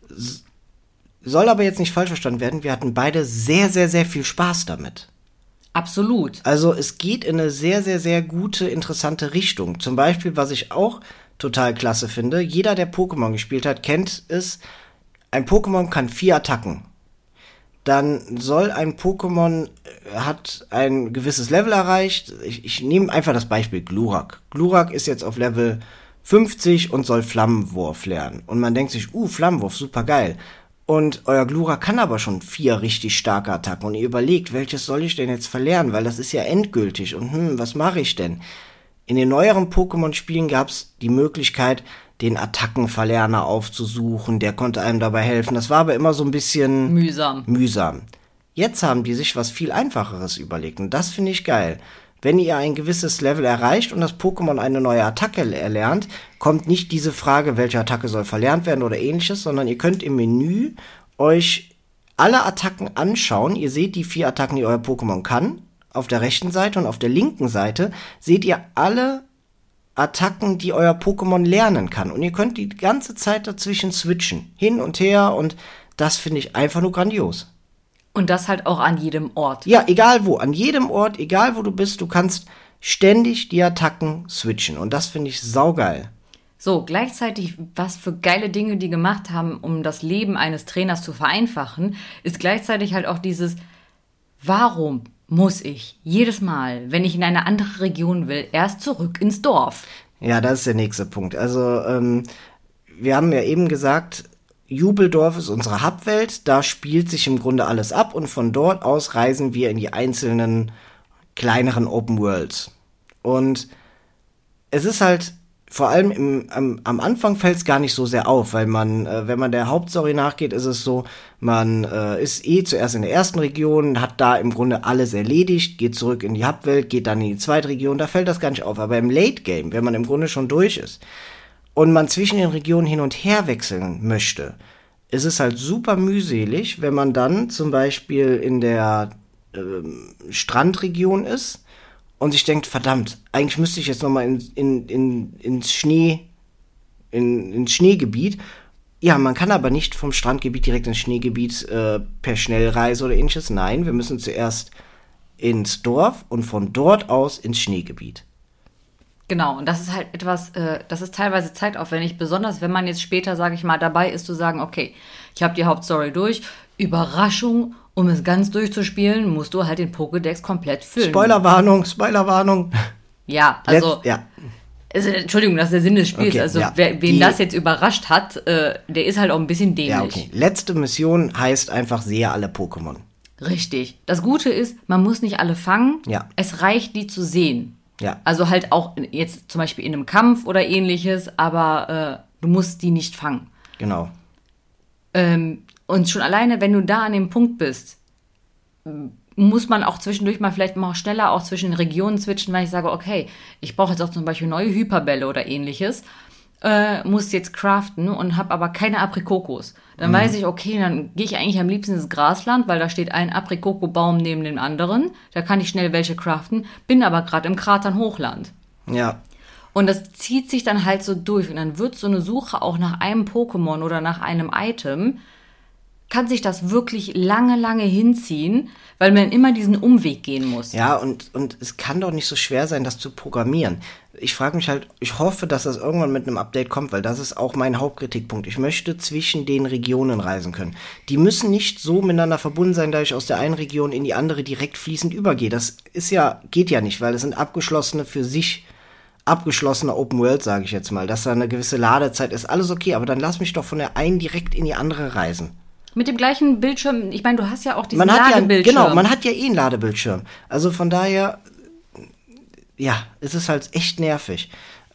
Soll aber jetzt nicht falsch verstanden werden, wir hatten beide sehr, sehr, sehr viel Spaß damit. Absolut. Also es geht in eine sehr, sehr, sehr gute, interessante Richtung. Zum Beispiel, was ich auch total klasse finde, jeder, der Pokémon gespielt hat, kennt es, ein Pokémon kann 4 Attacken. Dann soll ein Pokémon, hat ein gewisses Level erreicht. Ich nehme einfach das Beispiel Glurak. Glurak ist jetzt auf Level 50 und soll Flammenwurf lernen. Und man denkt sich, Flammenwurf, super geil. Und euer Glurak kann aber schon 4 richtig starke Attacken. Und ihr überlegt, welches soll ich denn jetzt verlernen? Weil das ist ja endgültig. Und was mache ich denn? In den neueren Pokémon-Spielen gab es die Möglichkeit, den Attackenverlerner aufzusuchen. Der konnte einem dabei helfen. Das war aber immer so ein bisschen mühsam. Jetzt haben die sich was viel Einfacheres überlegt. Und das finde ich geil. Wenn ihr ein gewisses Level erreicht und das Pokémon eine neue Attacke erlernt, kommt nicht diese Frage, welche Attacke soll verlernt werden oder ähnliches, sondern ihr könnt im Menü euch alle Attacken anschauen. Ihr seht die 4 Attacken, die euer Pokémon kann, auf der rechten Seite, und auf der linken Seite seht ihr alle Attacken, die euer Pokémon lernen kann. Und ihr könnt die ganze Zeit dazwischen switchen, hin und her, und das finde ich einfach nur grandios. Und das halt auch an jedem Ort. Ja, egal wo, an jedem Ort, egal wo du bist, du kannst ständig die Attacken switchen. Und das finde ich saugeil. So, gleichzeitig, was für geile Dinge die gemacht haben, um das Leben eines Trainers zu vereinfachen, ist gleichzeitig halt auch dieses, warum muss ich jedes Mal, wenn ich in eine andere Region will, erst zurück ins Dorf? Ja, das ist der nächste Punkt. Also, wir haben ja eben gesagt, Jubeldorf ist unsere Hubwelt, da spielt sich im Grunde alles ab und von dort aus reisen wir in die einzelnen kleineren Open Worlds. Und es ist halt, vor allem am Anfang fällt es gar nicht so sehr auf, weil man, wenn man der Hauptstory nachgeht, ist es so, man ist zuerst in der ersten Region, hat da im Grunde alles erledigt, geht zurück in die Hubwelt, geht dann in die zweite Region, da fällt das gar nicht auf. Aber im Late Game, wenn man im Grunde schon durch ist und man zwischen den Regionen hin und her wechseln möchte, ist es halt super mühselig, wenn man dann zum Beispiel in der Strandregion ist und sich denkt, verdammt, eigentlich müsste ich jetzt nochmal ins Schneegebiet. Ja, man kann aber nicht vom Strandgebiet direkt ins Schneegebiet per Schnellreise oder ähnliches. Nein, wir müssen zuerst ins Dorf und von dort aus ins Schneegebiet. Genau, und das ist halt etwas, das ist teilweise zeitaufwendig, besonders wenn man jetzt später, sage ich mal, dabei ist zu sagen, okay, ich habe die Hauptstory durch, Überraschung, um es ganz durchzuspielen, musst du halt den Pokédex komplett füllen. Spoilerwarnung. Ja, also, ja. Also, Entschuldigung, das ist der Sinn des Spiels. Okay, also, ja. Wen das jetzt überrascht hat, der ist halt auch ein bisschen dämlich. Ja, okay. Letzte Mission heißt einfach, sehe alle Pokémon. Richtig. Das Gute ist, man muss nicht alle fangen. Ja. Es reicht, die zu sehen. Ja. Also halt auch jetzt zum Beispiel in einem Kampf oder ähnliches, aber du musst die nicht fangen. Genau. Und schon alleine, wenn du da an dem Punkt bist, muss man auch zwischendurch mal vielleicht mal schneller auch zwischen Regionen switchen, weil ich sage, okay, ich brauche jetzt auch zum Beispiel neue Hyperbälle oder ähnliches, muss jetzt craften und habe aber keine Aprikokos. Dann weiß ich, okay, dann gehe ich eigentlich am liebsten ins Grasland, weil da steht ein Aprikokobaum neben dem anderen. Da kann ich schnell welche craften, bin aber gerade im Kratern-Hochland. Ja. Und das zieht sich dann halt so durch. Und dann wird so eine Suche auch nach einem Pokémon oder nach einem Item, kann sich das wirklich lange, lange hinziehen, weil man immer diesen Umweg gehen muss. Ja, und es kann doch nicht so schwer sein, das zu programmieren. Ich frage mich halt, ich hoffe, dass das irgendwann mit einem Update kommt, weil das ist auch mein Hauptkritikpunkt. Ich möchte zwischen den Regionen reisen können. Die müssen nicht so miteinander verbunden sein, da ich aus der einen Region in die andere direkt fließend übergehe. Das geht ja nicht, weil es sind für sich abgeschlossene Open World, sage ich jetzt mal. Dass da eine gewisse Ladezeit ist, alles okay, aber dann lass mich doch von der einen direkt in die andere reisen. Mit dem gleichen Bildschirm, ich meine, du hast ja auch diesen Ladebildschirm. Genau, man hat ja einen Ladebildschirm. Also von daher, ja, es ist halt echt nervig.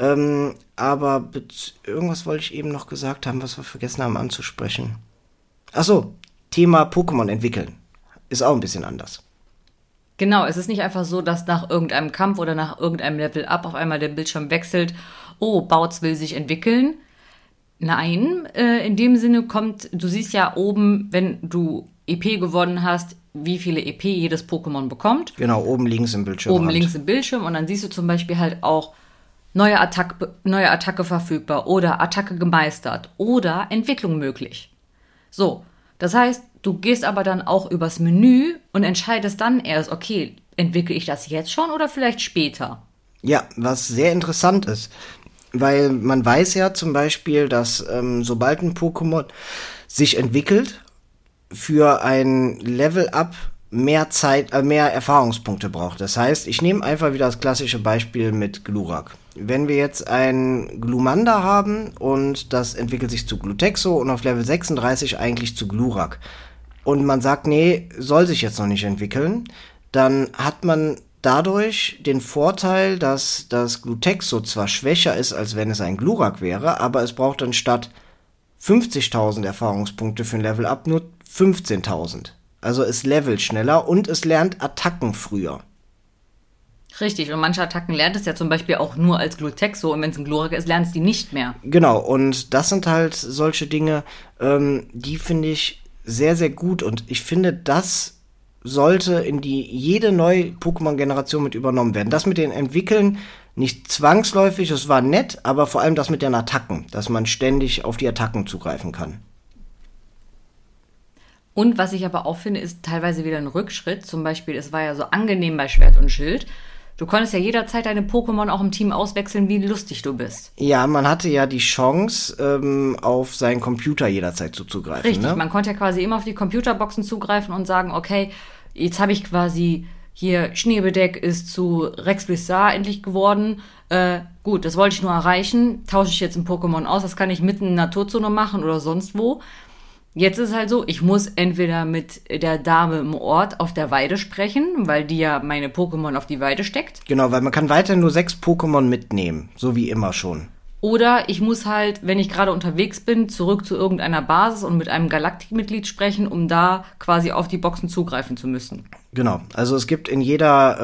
Aber irgendwas wollte ich eben noch gesagt haben, was wir vergessen haben anzusprechen. Ach so, Thema Pokémon entwickeln. Ist auch ein bisschen anders. Genau, es ist nicht einfach so, dass nach irgendeinem Kampf oder nach irgendeinem Level-Up auf einmal der Bildschirm wechselt. Oh, Bouts will sich entwickeln. Nein, in dem Sinne du siehst ja oben, wenn du EP gewonnen hast, wie viele EP jedes Pokémon bekommt. Genau, oben links im Bildschirm. Oben links im Bildschirm und dann siehst du zum Beispiel halt auch neue Attacke verfügbar oder Attacke gemeistert oder Entwicklung möglich. So, das heißt, du gehst aber dann auch übers Menü und entscheidest dann erst, okay, entwickle ich das jetzt schon oder vielleicht später? Ja, was sehr interessant ist. Weil man weiß ja zum Beispiel, dass sobald ein Pokémon sich entwickelt, für ein Level-Up mehr Erfahrungspunkte braucht. Das heißt, ich nehme einfach wieder das klassische Beispiel mit Glurak. Wenn wir jetzt ein Glumanda haben und das entwickelt sich zu Glutexo und auf Level 36 eigentlich zu Glurak und man sagt, nee, soll sich jetzt noch nicht entwickeln, dann hat man dadurch den Vorteil, dass das Glutexo zwar schwächer ist, als wenn es ein Glurak wäre, aber es braucht dann statt 50.000 Erfahrungspunkte für ein Level-Up nur 15.000. Also es levelt schneller und es lernt Attacken früher. Richtig, und manche Attacken lernt es ja zum Beispiel auch nur als Glutexo und wenn es ein Glurak ist, lernt es die nicht mehr. Genau, und das sind halt solche Dinge, die finde ich sehr, sehr gut und ich finde, das sollte in jede neue Pokémon-Generation mit übernommen werden. Das mit den Entwickeln nicht zwangsläufig, es war nett, aber vor allem das mit den Attacken, dass man ständig auf die Attacken zugreifen kann. Und was ich aber auch finde, ist teilweise wieder ein Rückschritt. Zum Beispiel, es war ja so angenehm bei Schwert und Schild. Du konntest ja jederzeit deine Pokémon auch im Team auswechseln, wie lustig du bist. Ja, man hatte ja die Chance, auf seinen Computer jederzeit zuzugreifen. Richtig, ne? man konnte ja quasi immer auf die Computerboxen zugreifen und sagen, okay, jetzt habe ich quasi hier Schneebedeck ist zu Rex Blizzard endlich geworden. Gut, das wollte ich nur erreichen. Tausche ich jetzt ein Pokémon aus, das kann ich mitten in der Naturzone machen oder sonst wo. Jetzt ist halt so, ich muss entweder mit der Dame im Ort auf der Weide sprechen, weil die ja meine Pokémon auf die Weide steckt. Genau, weil man kann weiterhin nur 6 Pokémon mitnehmen, so wie immer schon. Oder ich muss halt, wenn ich gerade unterwegs bin, zurück zu irgendeiner Basis und mit einem Galaktikmitglied sprechen, um da quasi auf die Boxen zugreifen zu müssen. Genau, also es gibt in jeder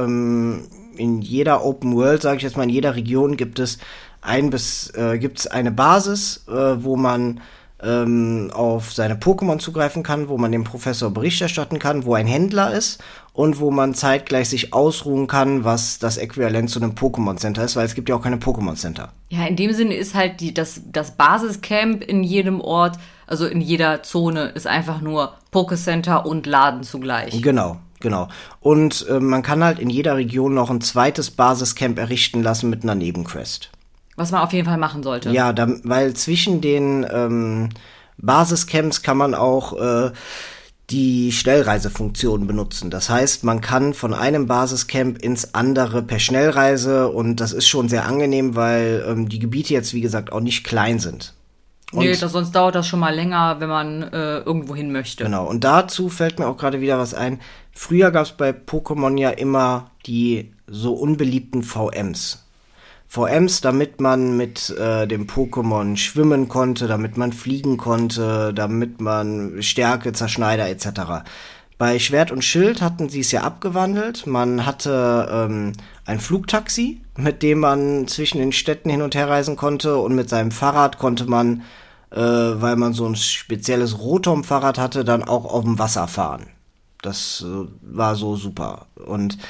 Open World, sage ich jetzt mal, in jeder Region gibt es gibt's eine Basis, wo man auf seine Pokémon zugreifen kann, wo man dem Professor Bericht erstatten kann, wo ein Händler ist und wo man zeitgleich sich ausruhen kann, was das Äquivalent zu einem Pokémon Center ist, weil es gibt ja auch keine Pokémon Center. Ja, in dem Sinne ist halt das Basiscamp in jedem Ort, also in jeder Zone, ist einfach nur Pokécenter und Laden zugleich. Genau. Und man kann halt in jeder Region noch ein zweites Basiscamp errichten lassen mit einer Nebenquest. Was man auf jeden Fall machen sollte. Ja, weil zwischen den Basiscamps kann man auch die Schnellreisefunktion benutzen. Das heißt, man kann von einem Basiscamp ins andere per Schnellreise und das ist schon sehr angenehm, weil die Gebiete jetzt, wie gesagt, auch nicht klein sind. Nee, sonst dauert das schon mal länger, wenn man irgendwo hin möchte. Genau, und dazu fällt mir auch gerade wieder was ein. Früher gab es bei Pokémon ja immer die so unbeliebten VMs. VMs, damit man mit dem Pokémon schwimmen konnte, damit man fliegen konnte, damit man Stärke, Zerschneider etc. Bei Schwert und Schild hatten sie es ja abgewandelt. Man hatte ein Flugtaxi, mit dem man zwischen den Städten hin und her reisen konnte und mit seinem Fahrrad konnte man, weil man so ein spezielles Rotom-Fahrrad hatte, dann auch auf dem Wasser fahren. Das war so super. Und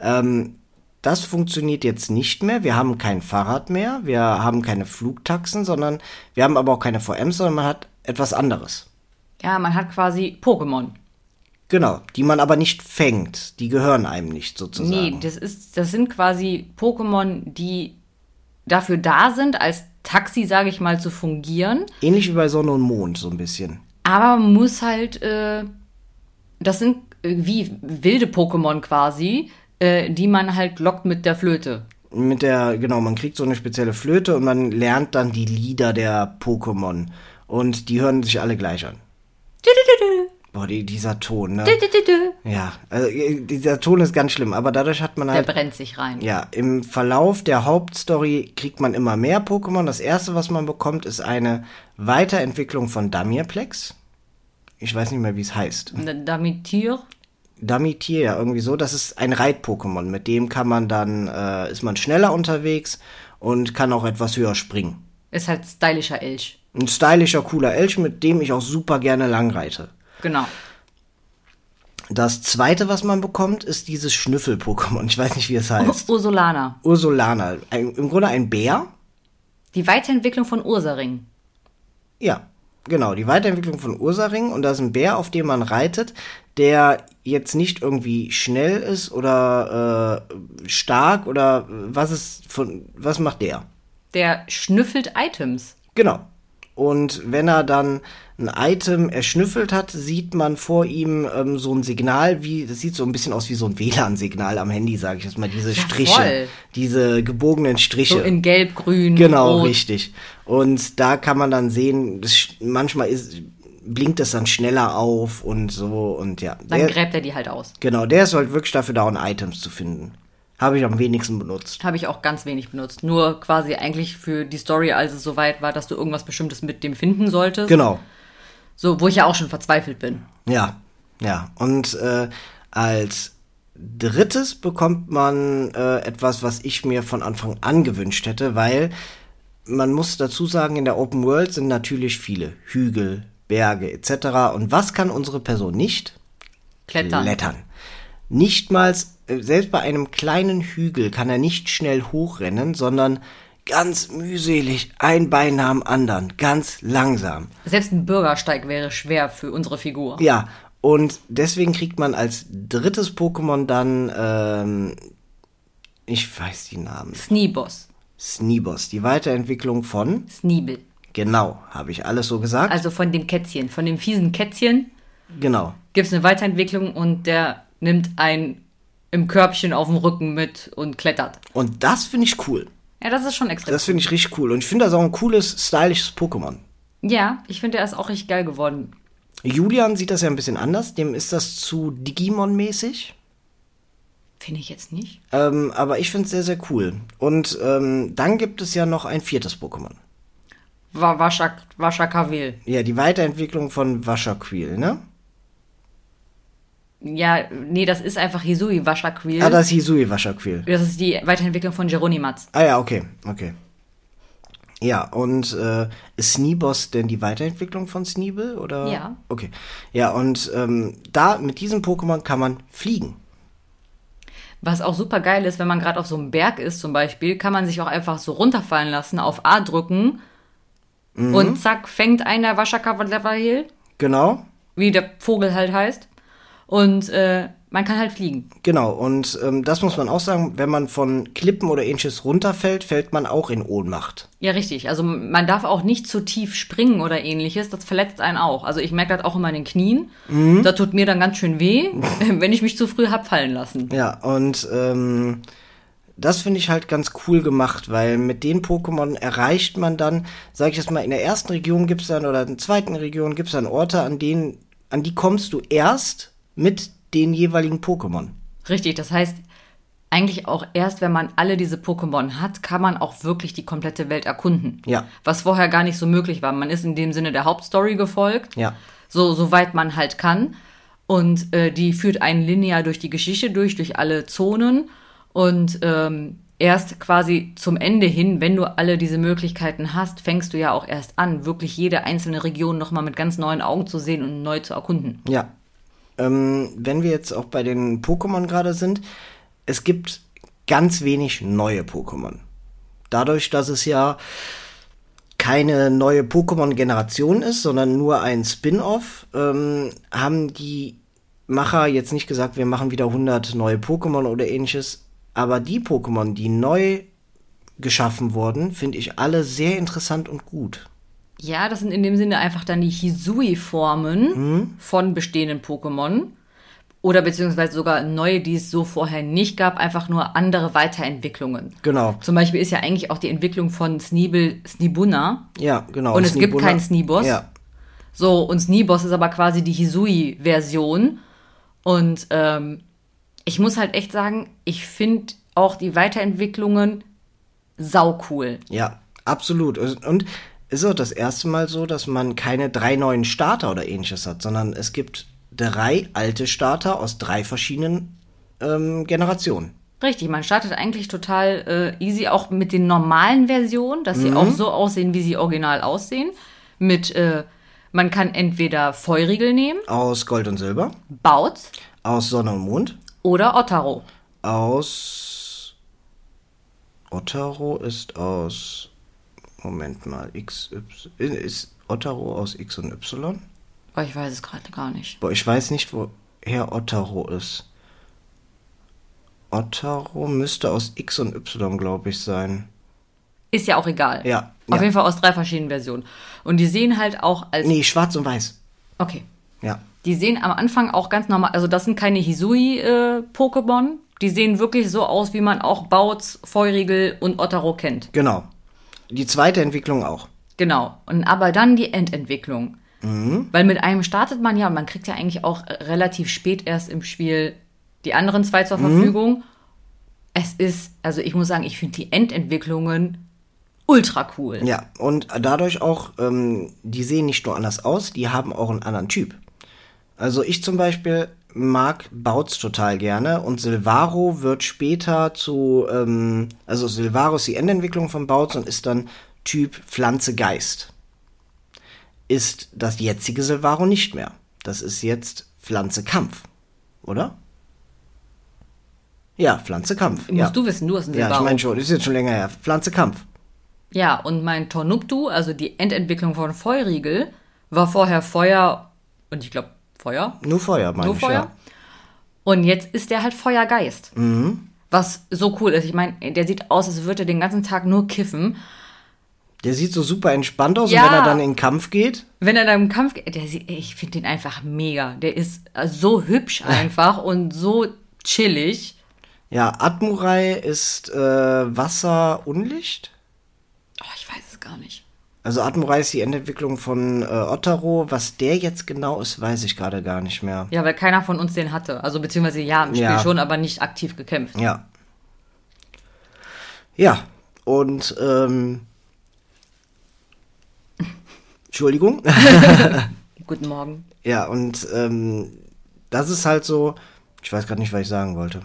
das funktioniert jetzt nicht mehr. Wir haben kein Fahrrad mehr, wir haben keine Flugtaxen, sondern wir haben aber auch keine VMs, sondern man hat etwas anderes. Ja, man hat quasi Pokémon. Genau, die man aber nicht fängt. Die gehören einem nicht sozusagen. Nee, das sind quasi Pokémon, die dafür da sind, als Taxi, sage ich mal, zu fungieren. Ähnlich wie bei Sonne und Mond, so ein bisschen. Aber man muss halt, das sind wie wilde Pokémon quasi, die man halt lockt mit der Flöte. Genau, man kriegt so eine spezielle Flöte und man lernt dann die Lieder der Pokémon. Und die hören sich alle gleich an. Boah, dieser Ton, ne? Ja, also dieser Ton ist ganz schlimm, aber dadurch hat man halt... Der brennt sich rein. Ja, im Verlauf der Hauptstory kriegt man immer mehr Pokémon. Das erste, was man bekommt, ist eine Weiterentwicklung von Damirplex. Ich weiß nicht mehr, wie es heißt. Damitier, ja, irgendwie so. Das ist ein Reit-Pokémon. Mit dem kann man dann, ist man schneller unterwegs und kann auch etwas höher springen. Ist halt stylischer Elch. Ein stylischer, cooler Elch, mit dem ich auch super gerne langreite. Genau. Das zweite, was man bekommt, ist dieses Schnüffel-Pokémon. Ich weiß nicht, wie es heißt. Ursulana. Im Grunde ein Bär. Die Weiterentwicklung von Ursaring. Ja, genau. Die Weiterentwicklung von Ursaring. Und da ist ein Bär, auf dem man reitet, der jetzt nicht irgendwie schnell ist oder stark oder was macht der? Der schnüffelt Items. Genau. Und wenn er dann ein Item erschnüffelt hat, sieht man vor ihm so ein Signal, das sieht so ein bisschen aus wie so ein WLAN-Signal am Handy, sage ich jetzt mal, diese Striche, voll. Diese gebogenen Striche. So in Gelb, Grün, genau, Rot. Richtig. Und da kann man dann sehen, manchmal blinkt es dann schneller auf und so und ja. Dann gräbt er die halt aus. Genau, der ist halt wirklich dafür da, Items zu finden. Habe ich am wenigsten benutzt. Habe ich auch ganz wenig benutzt. Nur quasi eigentlich für die Story, als es soweit war, dass du irgendwas Bestimmtes mit dem finden solltest. Genau. So, wo ich ja auch schon verzweifelt bin. Ja. Und als drittes bekommt man etwas, was ich mir von Anfang an gewünscht hätte, weil man muss dazu sagen, in der Open World sind natürlich viele Hügel, Berge etc. Und was kann unsere Person nicht? Klettern. Nichtmals, selbst bei einem kleinen Hügel kann er nicht schnell hochrennen, sondern ganz mühselig, ein Bein nach dem anderen, ganz langsam. Selbst ein Bürgersteig wäre schwer für unsere Figur. Ja, und deswegen kriegt man als drittes Pokémon dann Ich weiß die Namen. Sneeboss. Sneeboss, die Weiterentwicklung von? Sneebel. Genau, habe ich alles so gesagt? Also von dem Kätzchen, von dem fiesen Kätzchen. Genau. Gibt es eine Weiterentwicklung und der nimmt einen im Körbchen auf dem Rücken mit und klettert. Und das finde ich cool. Ja, das ist schon extrem. Das finde ich richtig cool. Und ich finde das auch ein cooles, stylisches Pokémon. Ja, ich finde, er ist auch richtig geil geworden. Julian sieht das ja ein bisschen anders. Dem ist das zu Digimon-mäßig. Finde ich jetzt nicht. Aber ich finde es sehr, sehr cool. Und dann gibt es ja noch ein 4. Pokémon. War Waschakawil. Ja, die Weiterentwicklung von Washaquil, ne? Ja, nee, das ist einfach Hisui Washaquil. Ah, das ist Hisui Washaquil. Das ist die Weiterentwicklung von Geronimats. Ah ja, okay. Ja, und ist Sneeboss denn die Weiterentwicklung von Sneebel, oder? Ja. Okay. Ja, und da, mit diesem Pokémon kann man fliegen. Was auch super geil ist, wenn man gerade auf so einem Berg ist zum Beispiel, kann man sich auch einfach so runterfallen lassen, auf A drücken und zack, fängt einer Waschakawil, Genau. wie der Vogel halt heißt. Und man kann halt fliegen. Genau, und das muss man auch sagen, wenn man von Klippen oder ähnliches runterfällt, fällt man auch in Ohnmacht. Ja, richtig. Also man darf auch nicht zu tief springen oder ähnliches. Das verletzt einen auch. Also ich merke das auch immer in den Knien. Das tut mir dann ganz schön weh, wenn ich mich zu früh hab fallen lassen. Ja, und das finde ich halt ganz cool gemacht, weil mit den Pokémon erreicht man dann, sag ich jetzt mal, in der ersten Region gibt's dann, oder in der zweiten Region gibt's dann Orte, an die kommst du erst mit den jeweiligen Pokémon. Richtig, das heißt, eigentlich auch erst, wenn man alle diese Pokémon hat, kann man auch wirklich die komplette Welt erkunden. Ja. Was vorher gar nicht so möglich war. Man ist in dem Sinne der Hauptstory gefolgt, Ja. soweit man halt kann. Und die führt einen linear durch die Geschichte durch alle Zonen. Und erst quasi zum Ende hin, wenn du alle diese Möglichkeiten hast, fängst du ja auch erst an, wirklich jede einzelne Region nochmal mit ganz neuen Augen zu sehen und neu zu erkunden. Ja. Wenn wir jetzt auch bei den Pokémon gerade sind, es gibt ganz wenig neue Pokémon. Dadurch, dass es ja keine neue Pokémon-Generation ist, sondern nur ein Spin-off, haben die Macher jetzt nicht gesagt, wir machen wieder 100 neue Pokémon oder ähnliches. Aber die Pokémon, die neu geschaffen wurden, finde ich alle sehr interessant und gut. Ja, das sind in dem Sinne einfach dann die Hisui-Formen von bestehenden Pokémon. Oder beziehungsweise sogar neue, die es so vorher nicht gab, einfach nur andere Weiterentwicklungen. Genau. Zum Beispiel ist ja eigentlich auch die Entwicklung von Sneebel Sneebunna. Ja, genau. Und es gibt keinen Sneeboss. Ja. So, und Sneeboss ist aber quasi die Hisui-Version. Und ich muss halt echt sagen, ich finde auch die Weiterentwicklungen saucool. Ja, absolut. Und es ist auch das erste Mal so, dass man keine 3 neuen Starter oder ähnliches hat, sondern es gibt 3 alte Starter aus 3 verschiedenen Generationen. Richtig, man startet eigentlich total easy, auch mit den normalen Versionen, dass sie auch so aussehen, wie sie original aussehen. Man kann entweder Feurigel nehmen, Aus Gold und Silber, Bautz aus Sonne und Mond, oder Ottaro. Ottaro ist aus... Moment mal, XY... Ist Ottaro aus X und Y? Oh, ich weiß es gerade gar nicht. Boah, ich weiß nicht, woher Ottaro ist. Ottaro müsste aus X und Y, glaube ich, sein. Ist ja auch egal. Ja. Auf jeden Fall aus 3 verschiedenen Versionen. Und die sehen halt auch als... Nee, schwarz und weiß. Okay. Ja. Die sehen am Anfang auch ganz normal, also das sind keine Hisui-Pokémon. Die sehen wirklich so aus, wie man auch Bautz, Feurigel und Ottaro kennt. Genau. Die zweite Entwicklung auch. Genau. Und aber dann die Endentwicklung. Weil mit einem startet man ja, und man kriegt ja eigentlich auch relativ spät erst im Spiel die anderen 2 zur Verfügung. Es ist, also ich muss sagen, ich finde die Endentwicklungen ultra cool. Ja, und dadurch auch, die sehen nicht nur anders aus, die haben auch einen anderen Typ. Also ich zum Beispiel mag Bautz total gerne und Silvaro wird später zu, also Silvaro ist die Endentwicklung von Bautz und ist dann Typ Pflanze-Geist. Ist das jetzige Silvaro nicht mehr. Das ist jetzt Pflanze-Kampf, oder? Ja, Pflanze-Kampf. Musst du wissen, du hast einen Silvaro. Ja, ich meine schon, ist jetzt schon länger her. Pflanze-Kampf. Ja, und mein Tornuptu, also die Endentwicklung von Feurigel, war vorher Feuer und ich glaube Feuer. Nur Feuer, meine ich, Feuer. ja. Und jetzt ist der halt Feuergeist. Was so cool ist. Ich meine, der sieht aus, als würde er den ganzen Tag nur kiffen. Der sieht so super entspannt aus, Ja. und wenn er dann in den Kampf geht. Wenn er dann im Kampf geht, ich finde den einfach mega. Der ist so hübsch einfach und so chillig. Ja, Admurai ist Wasser und Licht. Oh, ich weiß es gar nicht. Also Admurai ist die Endentwicklung von Otaro. Was der jetzt genau ist, weiß ich gerade gar nicht mehr. Ja, weil keiner von uns den hatte. Also beziehungsweise ja, im Spiel Ja. schon, aber nicht aktiv gekämpft. Ja. Ja, und Entschuldigung. Guten Morgen. Ja, und das ist halt so, ich weiß gerade nicht, was ich sagen wollte.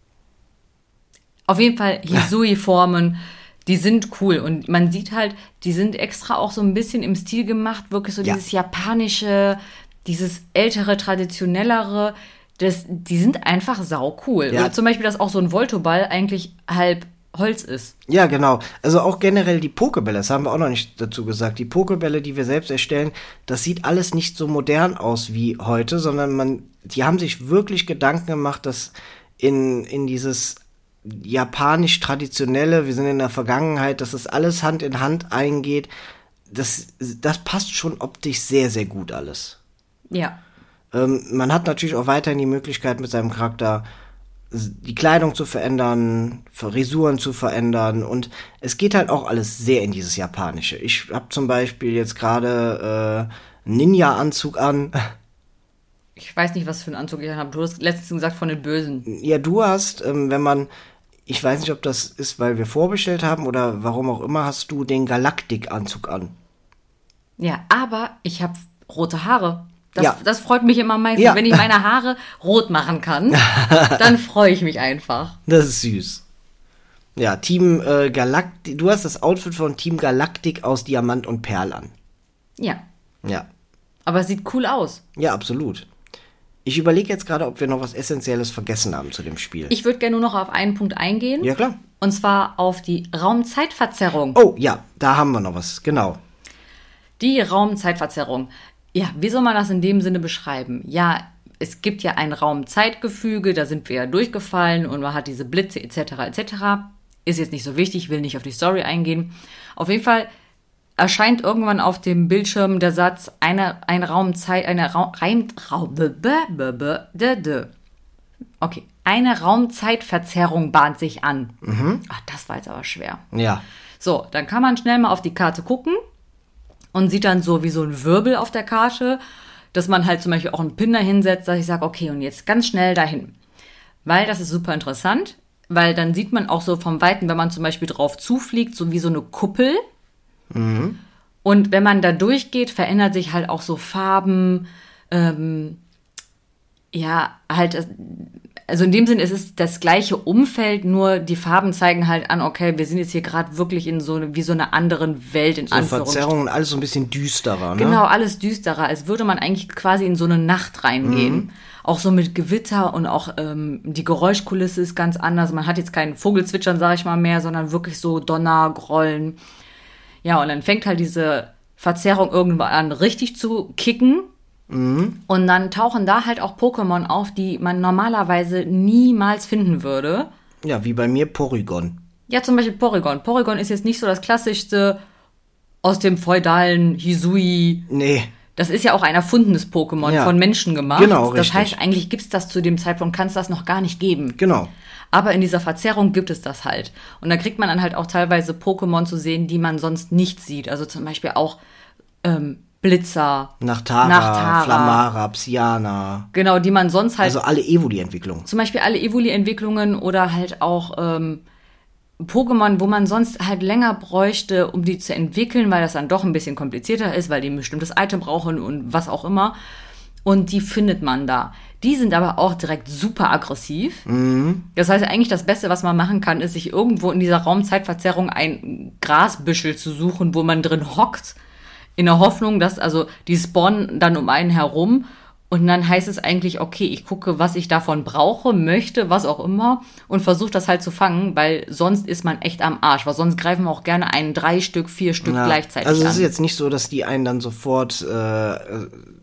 Auf jeden Fall Hisui-Formen, die sind cool. Und man sieht halt, die sind extra auch so ein bisschen im Stil gemacht. Wirklich so Ja. dieses japanische, dieses ältere, traditionellere. Die sind einfach sau cool. Ja. Oder zum Beispiel, dass auch so ein Voltoball eigentlich halb Holz ist. Ja, genau. Also auch generell die Pokebälle, das haben wir auch noch nicht dazu gesagt. Die Pokebälle, die wir selbst erstellen, das sieht alles nicht so modern aus wie heute, sondern die haben sich wirklich Gedanken gemacht, dass in dieses japanisch-traditionelle, wir sind in der Vergangenheit, dass das alles Hand in Hand eingeht. Das passt schon optisch sehr, sehr gut alles. Ja. Man hat natürlich auch weiterhin die Möglichkeit, mit seinem Charakter die Kleidung zu verändern, Frisuren zu verändern, und es geht halt auch alles sehr in dieses Japanische. Ich habe zum Beispiel jetzt gerade Ninja-Anzug an. Ich weiß nicht, was für einen Anzug ich habe. Du hast letztens gesagt von den Bösen. Ja, du hast, ich weiß nicht, ob das ist, weil wir vorbestellt haben oder warum auch immer, hast du den Galaktik-Anzug an. Ja, aber ich habe rote Haare. Ja. Das freut mich immer am meisten. Ja. Wenn ich meine Haare rot machen kann, dann freue ich mich einfach. Das ist süß. Ja, Team Galaktik, du hast das Outfit von Team Galaktik aus Diamant und Perl an. Ja, Ja. aber es sieht cool aus. Ja, absolut. Ich überlege jetzt gerade, ob wir noch was Essentielles vergessen haben zu dem Spiel. Ich würde gerne nur noch auf einen Punkt eingehen. Ja, klar. Und zwar auf die Raumzeitverzerrung. Oh, ja, da haben wir noch was, genau. Die Raumzeitverzerrung. Ja, wie soll man das in dem Sinne beschreiben? Ja, es gibt ja ein Raumzeitgefüge, da sind wir ja durchgefallen und man hat diese Blitze etc. etc. Ist jetzt nicht so wichtig, will nicht auf die Story eingehen. Eine Raumzeitverzerrung bahnt sich an. Ach, das war jetzt aber schwer. Ja. So, dann kann man schnell mal auf die Karte gucken und sieht dann so wie so ein Wirbel auf der Karte, dass man halt zum Beispiel auch einen Pin dahinsetzt, dass ich sage, okay, und jetzt ganz schnell dahin. Weil das ist super interessant, weil dann sieht man auch so vom Weiten, wenn man zum Beispiel drauf zufliegt, so wie so eine Kuppel. Und wenn man da durchgeht, verändert sich halt auch so Farben, also in dem Sinne ist es das gleiche Umfeld, nur die Farben zeigen halt an, okay, wir sind jetzt hier gerade wirklich in so einer anderen Welt, in So Verzerrungen, alles so ein bisschen düsterer, ne? Genau, alles düsterer, als würde man eigentlich quasi in so eine Nacht reingehen. Auch so mit Gewitter und auch die Geräuschkulisse ist ganz anders. Man hat jetzt kein Vogelzwitschern, sag ich mal, mehr, sondern wirklich so Donner, Grollen. Ja, und dann fängt halt diese Verzerrung irgendwann an, richtig zu kicken. Und dann tauchen da halt auch Pokémon auf, die man normalerweise niemals finden würde. Ja, wie bei mir Porygon. Ja, zum Beispiel Porygon. Porygon ist jetzt nicht so das klassischste aus dem feudalen Hisui. Nee. Das ist ja auch ein erfundenes Pokémon, Ja. von Menschen gemacht. Genau, das richtig. heißt, eigentlich gibt's das zu dem Zeitpunkt, kann es das noch gar nicht geben. Genau. Aber in dieser Verzerrung gibt es das halt. Und da kriegt man dann halt auch teilweise Pokémon zu sehen, die man sonst nicht sieht. Also zum Beispiel auch Blitzer, Nachtara, Flamara, Psyana. Genau, die man sonst halt, Also alle Evoli-Entwicklungen. zum Beispiel alle Evoli-Entwicklungen oder halt auch Pokémon, wo man sonst halt länger bräuchte, um die zu entwickeln, weil das dann doch ein bisschen komplizierter ist, weil die ein bestimmtes Item brauchen und was auch immer. Und die findet man da. Die sind aber auch direkt super aggressiv. Das heißt, eigentlich das Beste, was man machen kann, ist, sich irgendwo in dieser Raumzeitverzerrung ein Grasbüschel zu suchen, wo man drin hockt, in der Hoffnung, dass, also, die spawnen dann um einen herum. Und dann heißt es eigentlich, okay, ich gucke, was ich davon brauche, möchte, was auch immer, und versuche das halt zu fangen, weil sonst ist man echt am Arsch, weil sonst greifen wir auch gerne ein 3 Stück, 4 Stück Ja. gleichzeitig Also es an. ist jetzt nicht so, dass die einen dann sofort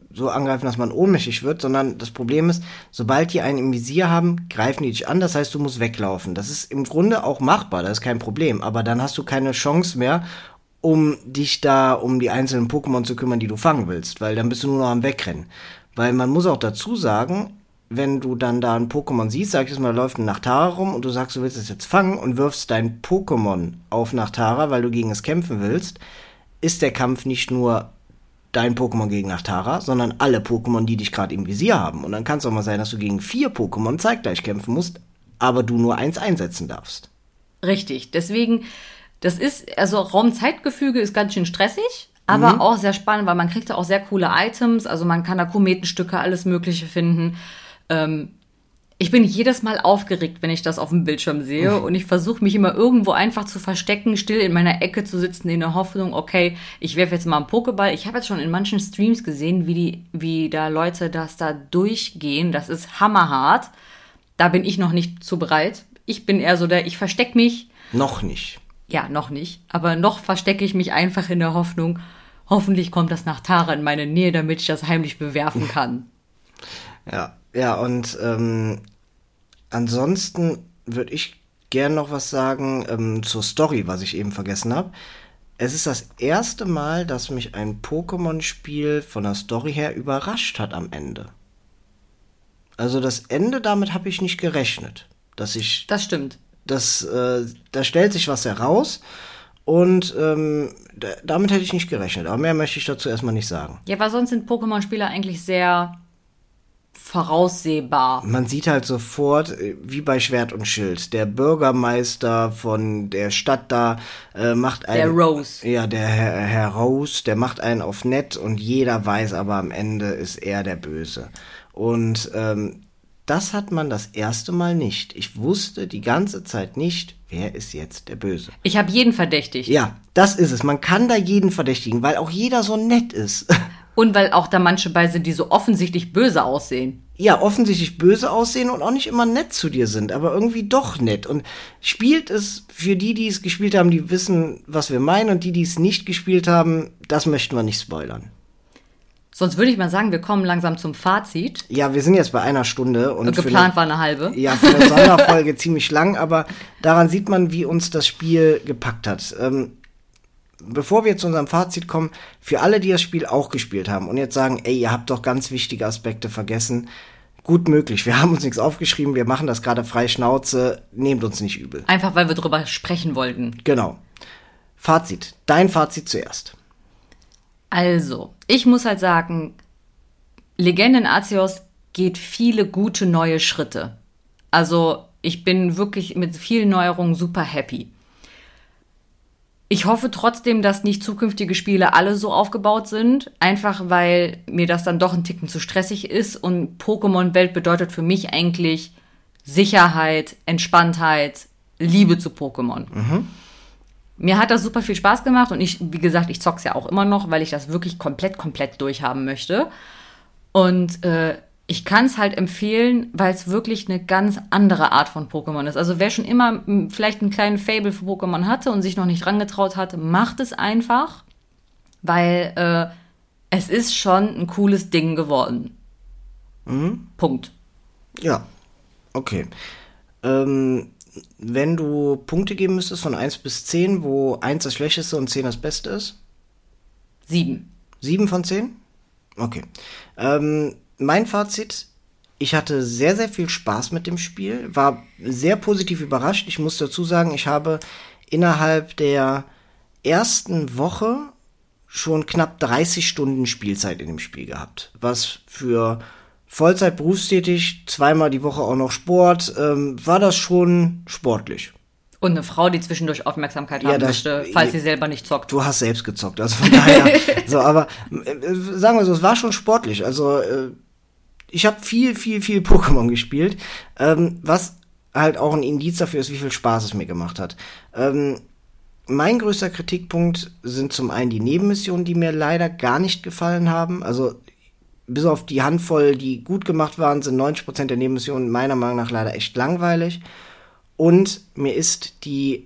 so angreifen, dass man ohnmächtig wird, sondern das Problem ist, sobald die einen im Visier haben, greifen die dich an, das heißt, du musst weglaufen. Das ist im Grunde auch machbar, das ist kein Problem, aber dann hast du keine Chance mehr, um dich da um die einzelnen Pokémon zu kümmern, die du fangen willst, weil dann bist du nur noch am Wegrennen. Weil man muss auch dazu sagen, wenn du dann da ein Pokémon siehst, sag ich jetzt mal, da läuft ein Nachtara rum und du sagst, du willst es jetzt fangen und wirfst dein Pokémon auf Nachtara, weil du gegen es kämpfen willst, ist der Kampf nicht nur dein Pokémon gegen Nachtara, sondern alle Pokémon, die dich gerade im Visier haben. Und dann kann es auch mal sein, dass du gegen 4 Pokémon zeitgleich kämpfen musst, aber du nur 1 einsetzen darfst. Richtig, deswegen, also Raum-Zeitgefüge ist ganz schön stressig, aber auch sehr spannend, weil man kriegt da auch sehr coole Items, also man kann da Kometenstücke, alles Mögliche finden. Ich bin jedes Mal aufgeregt, wenn ich das auf dem Bildschirm sehe und ich versuche mich immer irgendwo einfach zu verstecken, still in meiner Ecke zu sitzen, in der Hoffnung, okay, ich werfe jetzt mal einen Pokéball. Ich habe jetzt schon in manchen Streams gesehen, wie da Leute das da durchgehen. Das ist hammerhart. Da bin ich noch nicht zu bereit. Ich bin eher so ich verstecke mich. Noch nicht. Ja, noch nicht. Aber noch verstecke ich mich einfach in der Hoffnung, hoffentlich kommt das Nachtara in meine Nähe, damit ich das heimlich bewerfen kann. Ja, und ansonsten würde ich gern noch was sagen zur Story, was ich eben vergessen habe. Es ist das erste Mal, dass mich ein Pokémon-Spiel von der Story her überrascht hat am Ende. Also das Ende, damit habe ich nicht gerechnet. Das stimmt. Da stellt sich was heraus und damit hätte ich nicht gerechnet. Aber mehr möchte ich dazu erstmal nicht sagen. Ja, weil sonst sind Pokémon-Spieler eigentlich sehr voraussehbar. Man sieht halt sofort, wie bei Schwert und Schild, der Bürgermeister von der Stadt da macht einen... Der Rose. Ja, der Herr Rose, der macht einen auf nett und jeder weiß aber am Ende ist er der Böse. Und das hat man das erste Mal nicht. Ich wusste die ganze Zeit nicht, wer ist jetzt der Böse. Ich habe jeden verdächtigt. Ja, das ist es. Man kann da jeden verdächtigen, weil auch jeder so nett ist. Und weil auch da manche bei sind, die so offensichtlich böse aussehen. Ja, offensichtlich böse aussehen und auch nicht immer nett zu dir sind, aber irgendwie doch nett. Und spielt es für die es gespielt haben, die wissen, was wir meinen, und die es nicht gespielt haben, das möchten wir nicht spoilern. Sonst würde ich mal sagen, wir kommen langsam zum Fazit. Ja, wir sind jetzt bei 1 Stunde. Und geplant war eine halbe. Ja, für eine Sonderfolge ziemlich lang, aber daran sieht man, wie uns das Spiel gepackt hat. Bevor wir zu unserem Fazit kommen, für alle, die das Spiel auch gespielt haben und jetzt sagen, ey, ihr habt doch ganz wichtige Aspekte vergessen, gut möglich. Wir haben uns nichts aufgeschrieben, wir machen das gerade frei Schnauze, nehmt uns nicht übel. Einfach, weil wir drüber sprechen wollten. Genau. Fazit. Dein Fazit zuerst. Also, ich muss halt sagen, Legenden Arceus geht viele gute neue Schritte. Also, ich bin wirklich mit vielen Neuerungen super happy. Ich hoffe trotzdem, dass nicht zukünftige Spiele alle so aufgebaut sind, einfach weil mir das dann doch ein Ticken zu stressig ist und Pokémon-Welt bedeutet für mich eigentlich Sicherheit, Entspanntheit, Liebe zu Pokémon. Mir hat das super viel Spaß gemacht und wie gesagt, ich zock's ja auch immer noch, weil ich das wirklich komplett durchhaben möchte. Und ich kann es halt empfehlen, weil es wirklich eine ganz andere Art von Pokémon ist. Also wer schon immer vielleicht einen kleinen Faible für Pokémon hatte und sich noch nicht rangetraut hat, macht es einfach, weil es ist schon ein cooles Ding geworden. Punkt. Ja, okay. Wenn du Punkte geben müsstest von 1 bis 10, wo 1 das Schlechteste und 10 das Beste ist? 7. 7 von 10? Okay. Mein Fazit, ich hatte sehr, sehr viel Spaß mit dem Spiel, war sehr positiv überrascht. Ich muss dazu sagen, ich habe innerhalb der ersten Woche schon knapp 30 Stunden Spielzeit in dem Spiel gehabt, was für Vollzeit berufstätig, 2-mal die Woche auch noch Sport, war das schon sportlich. Und eine Frau, die zwischendurch Aufmerksamkeit haben möchte, falls sie selber nicht zockt. Du hast selbst gezockt, also von daher. So, aber sagen wir so, es war schon sportlich. Also ich habe viel Pokémon gespielt, was halt auch ein Indiz dafür ist, wie viel Spaß es mir gemacht hat. Mein größter Kritikpunkt sind zum einen die Nebenmissionen, die mir leider gar nicht gefallen haben. Also bis auf die Handvoll, die gut gemacht waren, sind 90% der Nebenmissionen meiner Meinung nach leider echt langweilig. Und mir ist die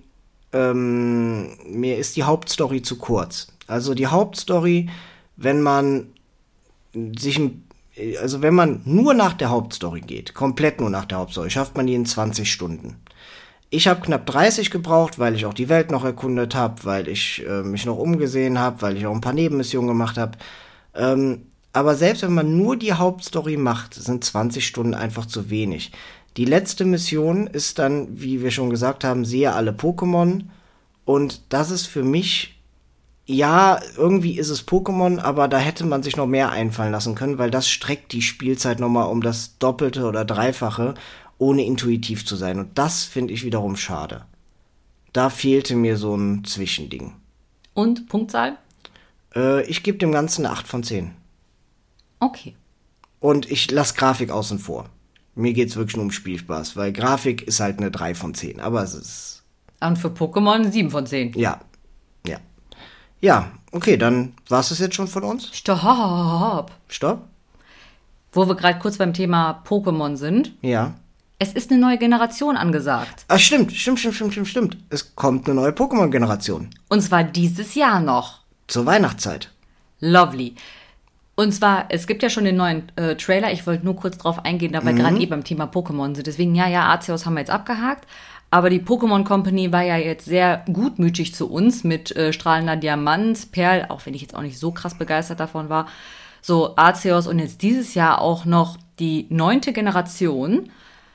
Hauptstory zu kurz. Also die Hauptstory, wenn man also wenn man nur nach der Hauptstory geht, komplett nur nach der Hauptstory, schafft man die in 20 Stunden. Ich habe knapp 30 gebraucht, weil ich auch die Welt noch erkundet habe, weil ich mich noch umgesehen habe, weil ich auch ein paar Nebenmissionen gemacht habe. Aber selbst wenn man nur die Hauptstory macht, sind 20 Stunden einfach zu wenig. Die letzte Mission ist dann, wie wir schon gesagt haben, sehe alle Pokémon. Und das ist für mich, ja, irgendwie ist es Pokémon, aber da hätte man sich noch mehr einfallen lassen können, weil das streckt die Spielzeit nochmal um das Doppelte oder Dreifache, ohne intuitiv zu sein. Und das finde ich wiederum schade. Da fehlte mir so ein Zwischending. Und Punktzahl? Ich gebe dem Ganzen eine 8 von 10. Okay. Und ich lasse Grafik außen vor. Mir geht's wirklich nur um Spielspaß, weil Grafik ist halt eine 3 von 10. Aber es ist... Und für Pokémon 7 von 10. Ja. Ja, okay, dann war's das jetzt schon von uns. Stopp. Wo wir gerade kurz beim Thema Pokémon sind. Ja. Es ist eine neue Generation angesagt. Ah, stimmt. Es kommt eine neue Pokémon-Generation. Und zwar dieses Jahr noch. Zur Weihnachtszeit. Lovely. Und zwar, es gibt ja schon den neuen Trailer. Ich wollte nur kurz drauf eingehen, da wir gerade beim Thema Pokémon sind. Deswegen, Arceus haben wir jetzt abgehakt. Aber die Pokémon Company war ja jetzt sehr gutmütig zu uns mit strahlender Diamant, Perl, auch wenn ich jetzt auch nicht so krass begeistert davon war. So, Arceus und jetzt dieses Jahr auch noch die 9. Generation.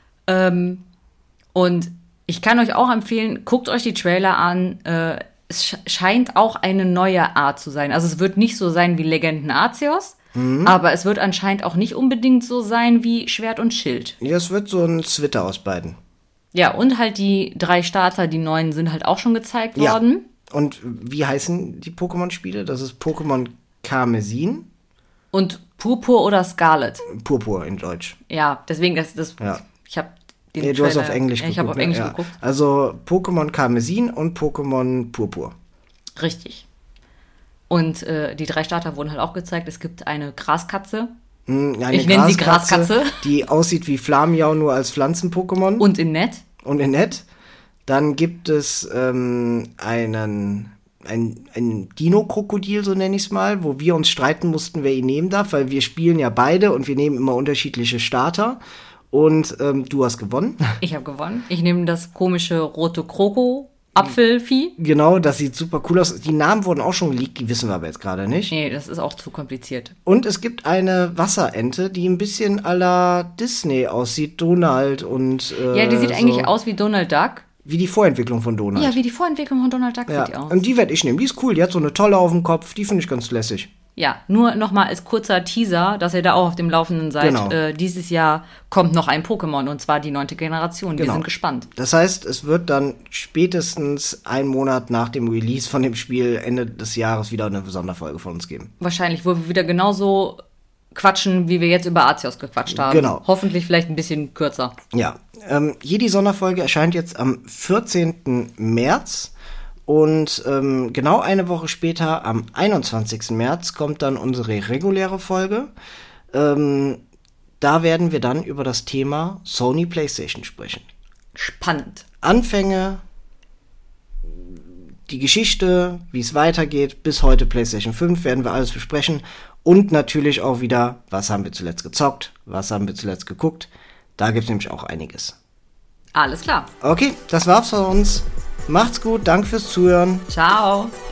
Und ich kann euch auch empfehlen, guckt euch die Trailer an. Es scheint auch eine neue Art zu sein. Also es wird nicht so sein wie Legenden Arceus, aber es wird anscheinend auch nicht unbedingt so sein wie Schwert und Schild. Ja, es wird so ein Zwitter aus beiden. Ja, und halt die 3 Starter, die 9 sind halt auch schon gezeigt worden. Und wie heißen die Pokémon-Spiele? Das ist Pokémon Karmesin. Und Purpur oder Scarlet. Purpur in Deutsch. Ja, deswegen, ich habe den Trailer... Du hast auf Englisch geguckt. Ich habe auf Englisch geguckt. Also Pokémon Karmesin und Pokémon Purpur. Richtig. Und die 3 Starter wurden halt auch gezeigt. Es gibt eine Graskatze. Ich nenne sie Graskatze. Die aussieht wie Flamiau, nur als Pflanzen-Pokémon. Und in nett. Dann gibt es ein Dino-Krokodil, so nenne ich es mal, wo wir uns streiten mussten, wer ihn nehmen darf, weil wir spielen ja beide und wir nehmen immer unterschiedliche Starter. Und du hast gewonnen. Ich habe gewonnen. Ich nehme das komische rote Kroko-Apfelvieh. Genau, das sieht super cool aus. Die Namen wurden auch schon geleakt, die wissen wir aber jetzt gerade nicht. Nee, das ist auch zu kompliziert. Und es gibt eine Wasserente, die ein bisschen à la Disney aussieht, Donald und ja, die sieht eigentlich aus wie Donald Duck. Wie die Vorentwicklung von Donald. Ja, wie die Vorentwicklung von Donald Duck sieht die aus. Und die werde ich nehmen. Die ist cool, die hat so eine Tolle auf dem Kopf, die finde ich ganz lässig. Ja, nur nochmal als kurzer Teaser, dass ihr da auch auf dem Laufenden seid. Genau. Dieses Jahr kommt noch ein Pokémon, und zwar die 9. Generation. Wir sind gespannt. Das heißt, es wird dann spätestens einen Monat nach dem Release von dem Spiel Ende des Jahres wieder eine Sonderfolge von uns geben. Wahrscheinlich, wo wir wieder genauso quatschen, wie wir jetzt über Arceus gequatscht haben. Genau. Hoffentlich vielleicht ein bisschen kürzer. Ja, Jedi-Sonderfolge erscheint jetzt am 14. März. Und genau eine Woche später, am 21. März, kommt dann unsere reguläre Folge. Da werden wir dann über das Thema Sony PlayStation sprechen. Spannend. Anfänge, die Geschichte, wie es weitergeht, bis heute PlayStation 5 werden wir alles besprechen. Und natürlich auch wieder, was haben wir zuletzt gezockt, was haben wir zuletzt geguckt. Da gibt es nämlich auch einiges. Alles klar. Okay, das war's von uns. Macht's gut, danke fürs Zuhören. Ciao.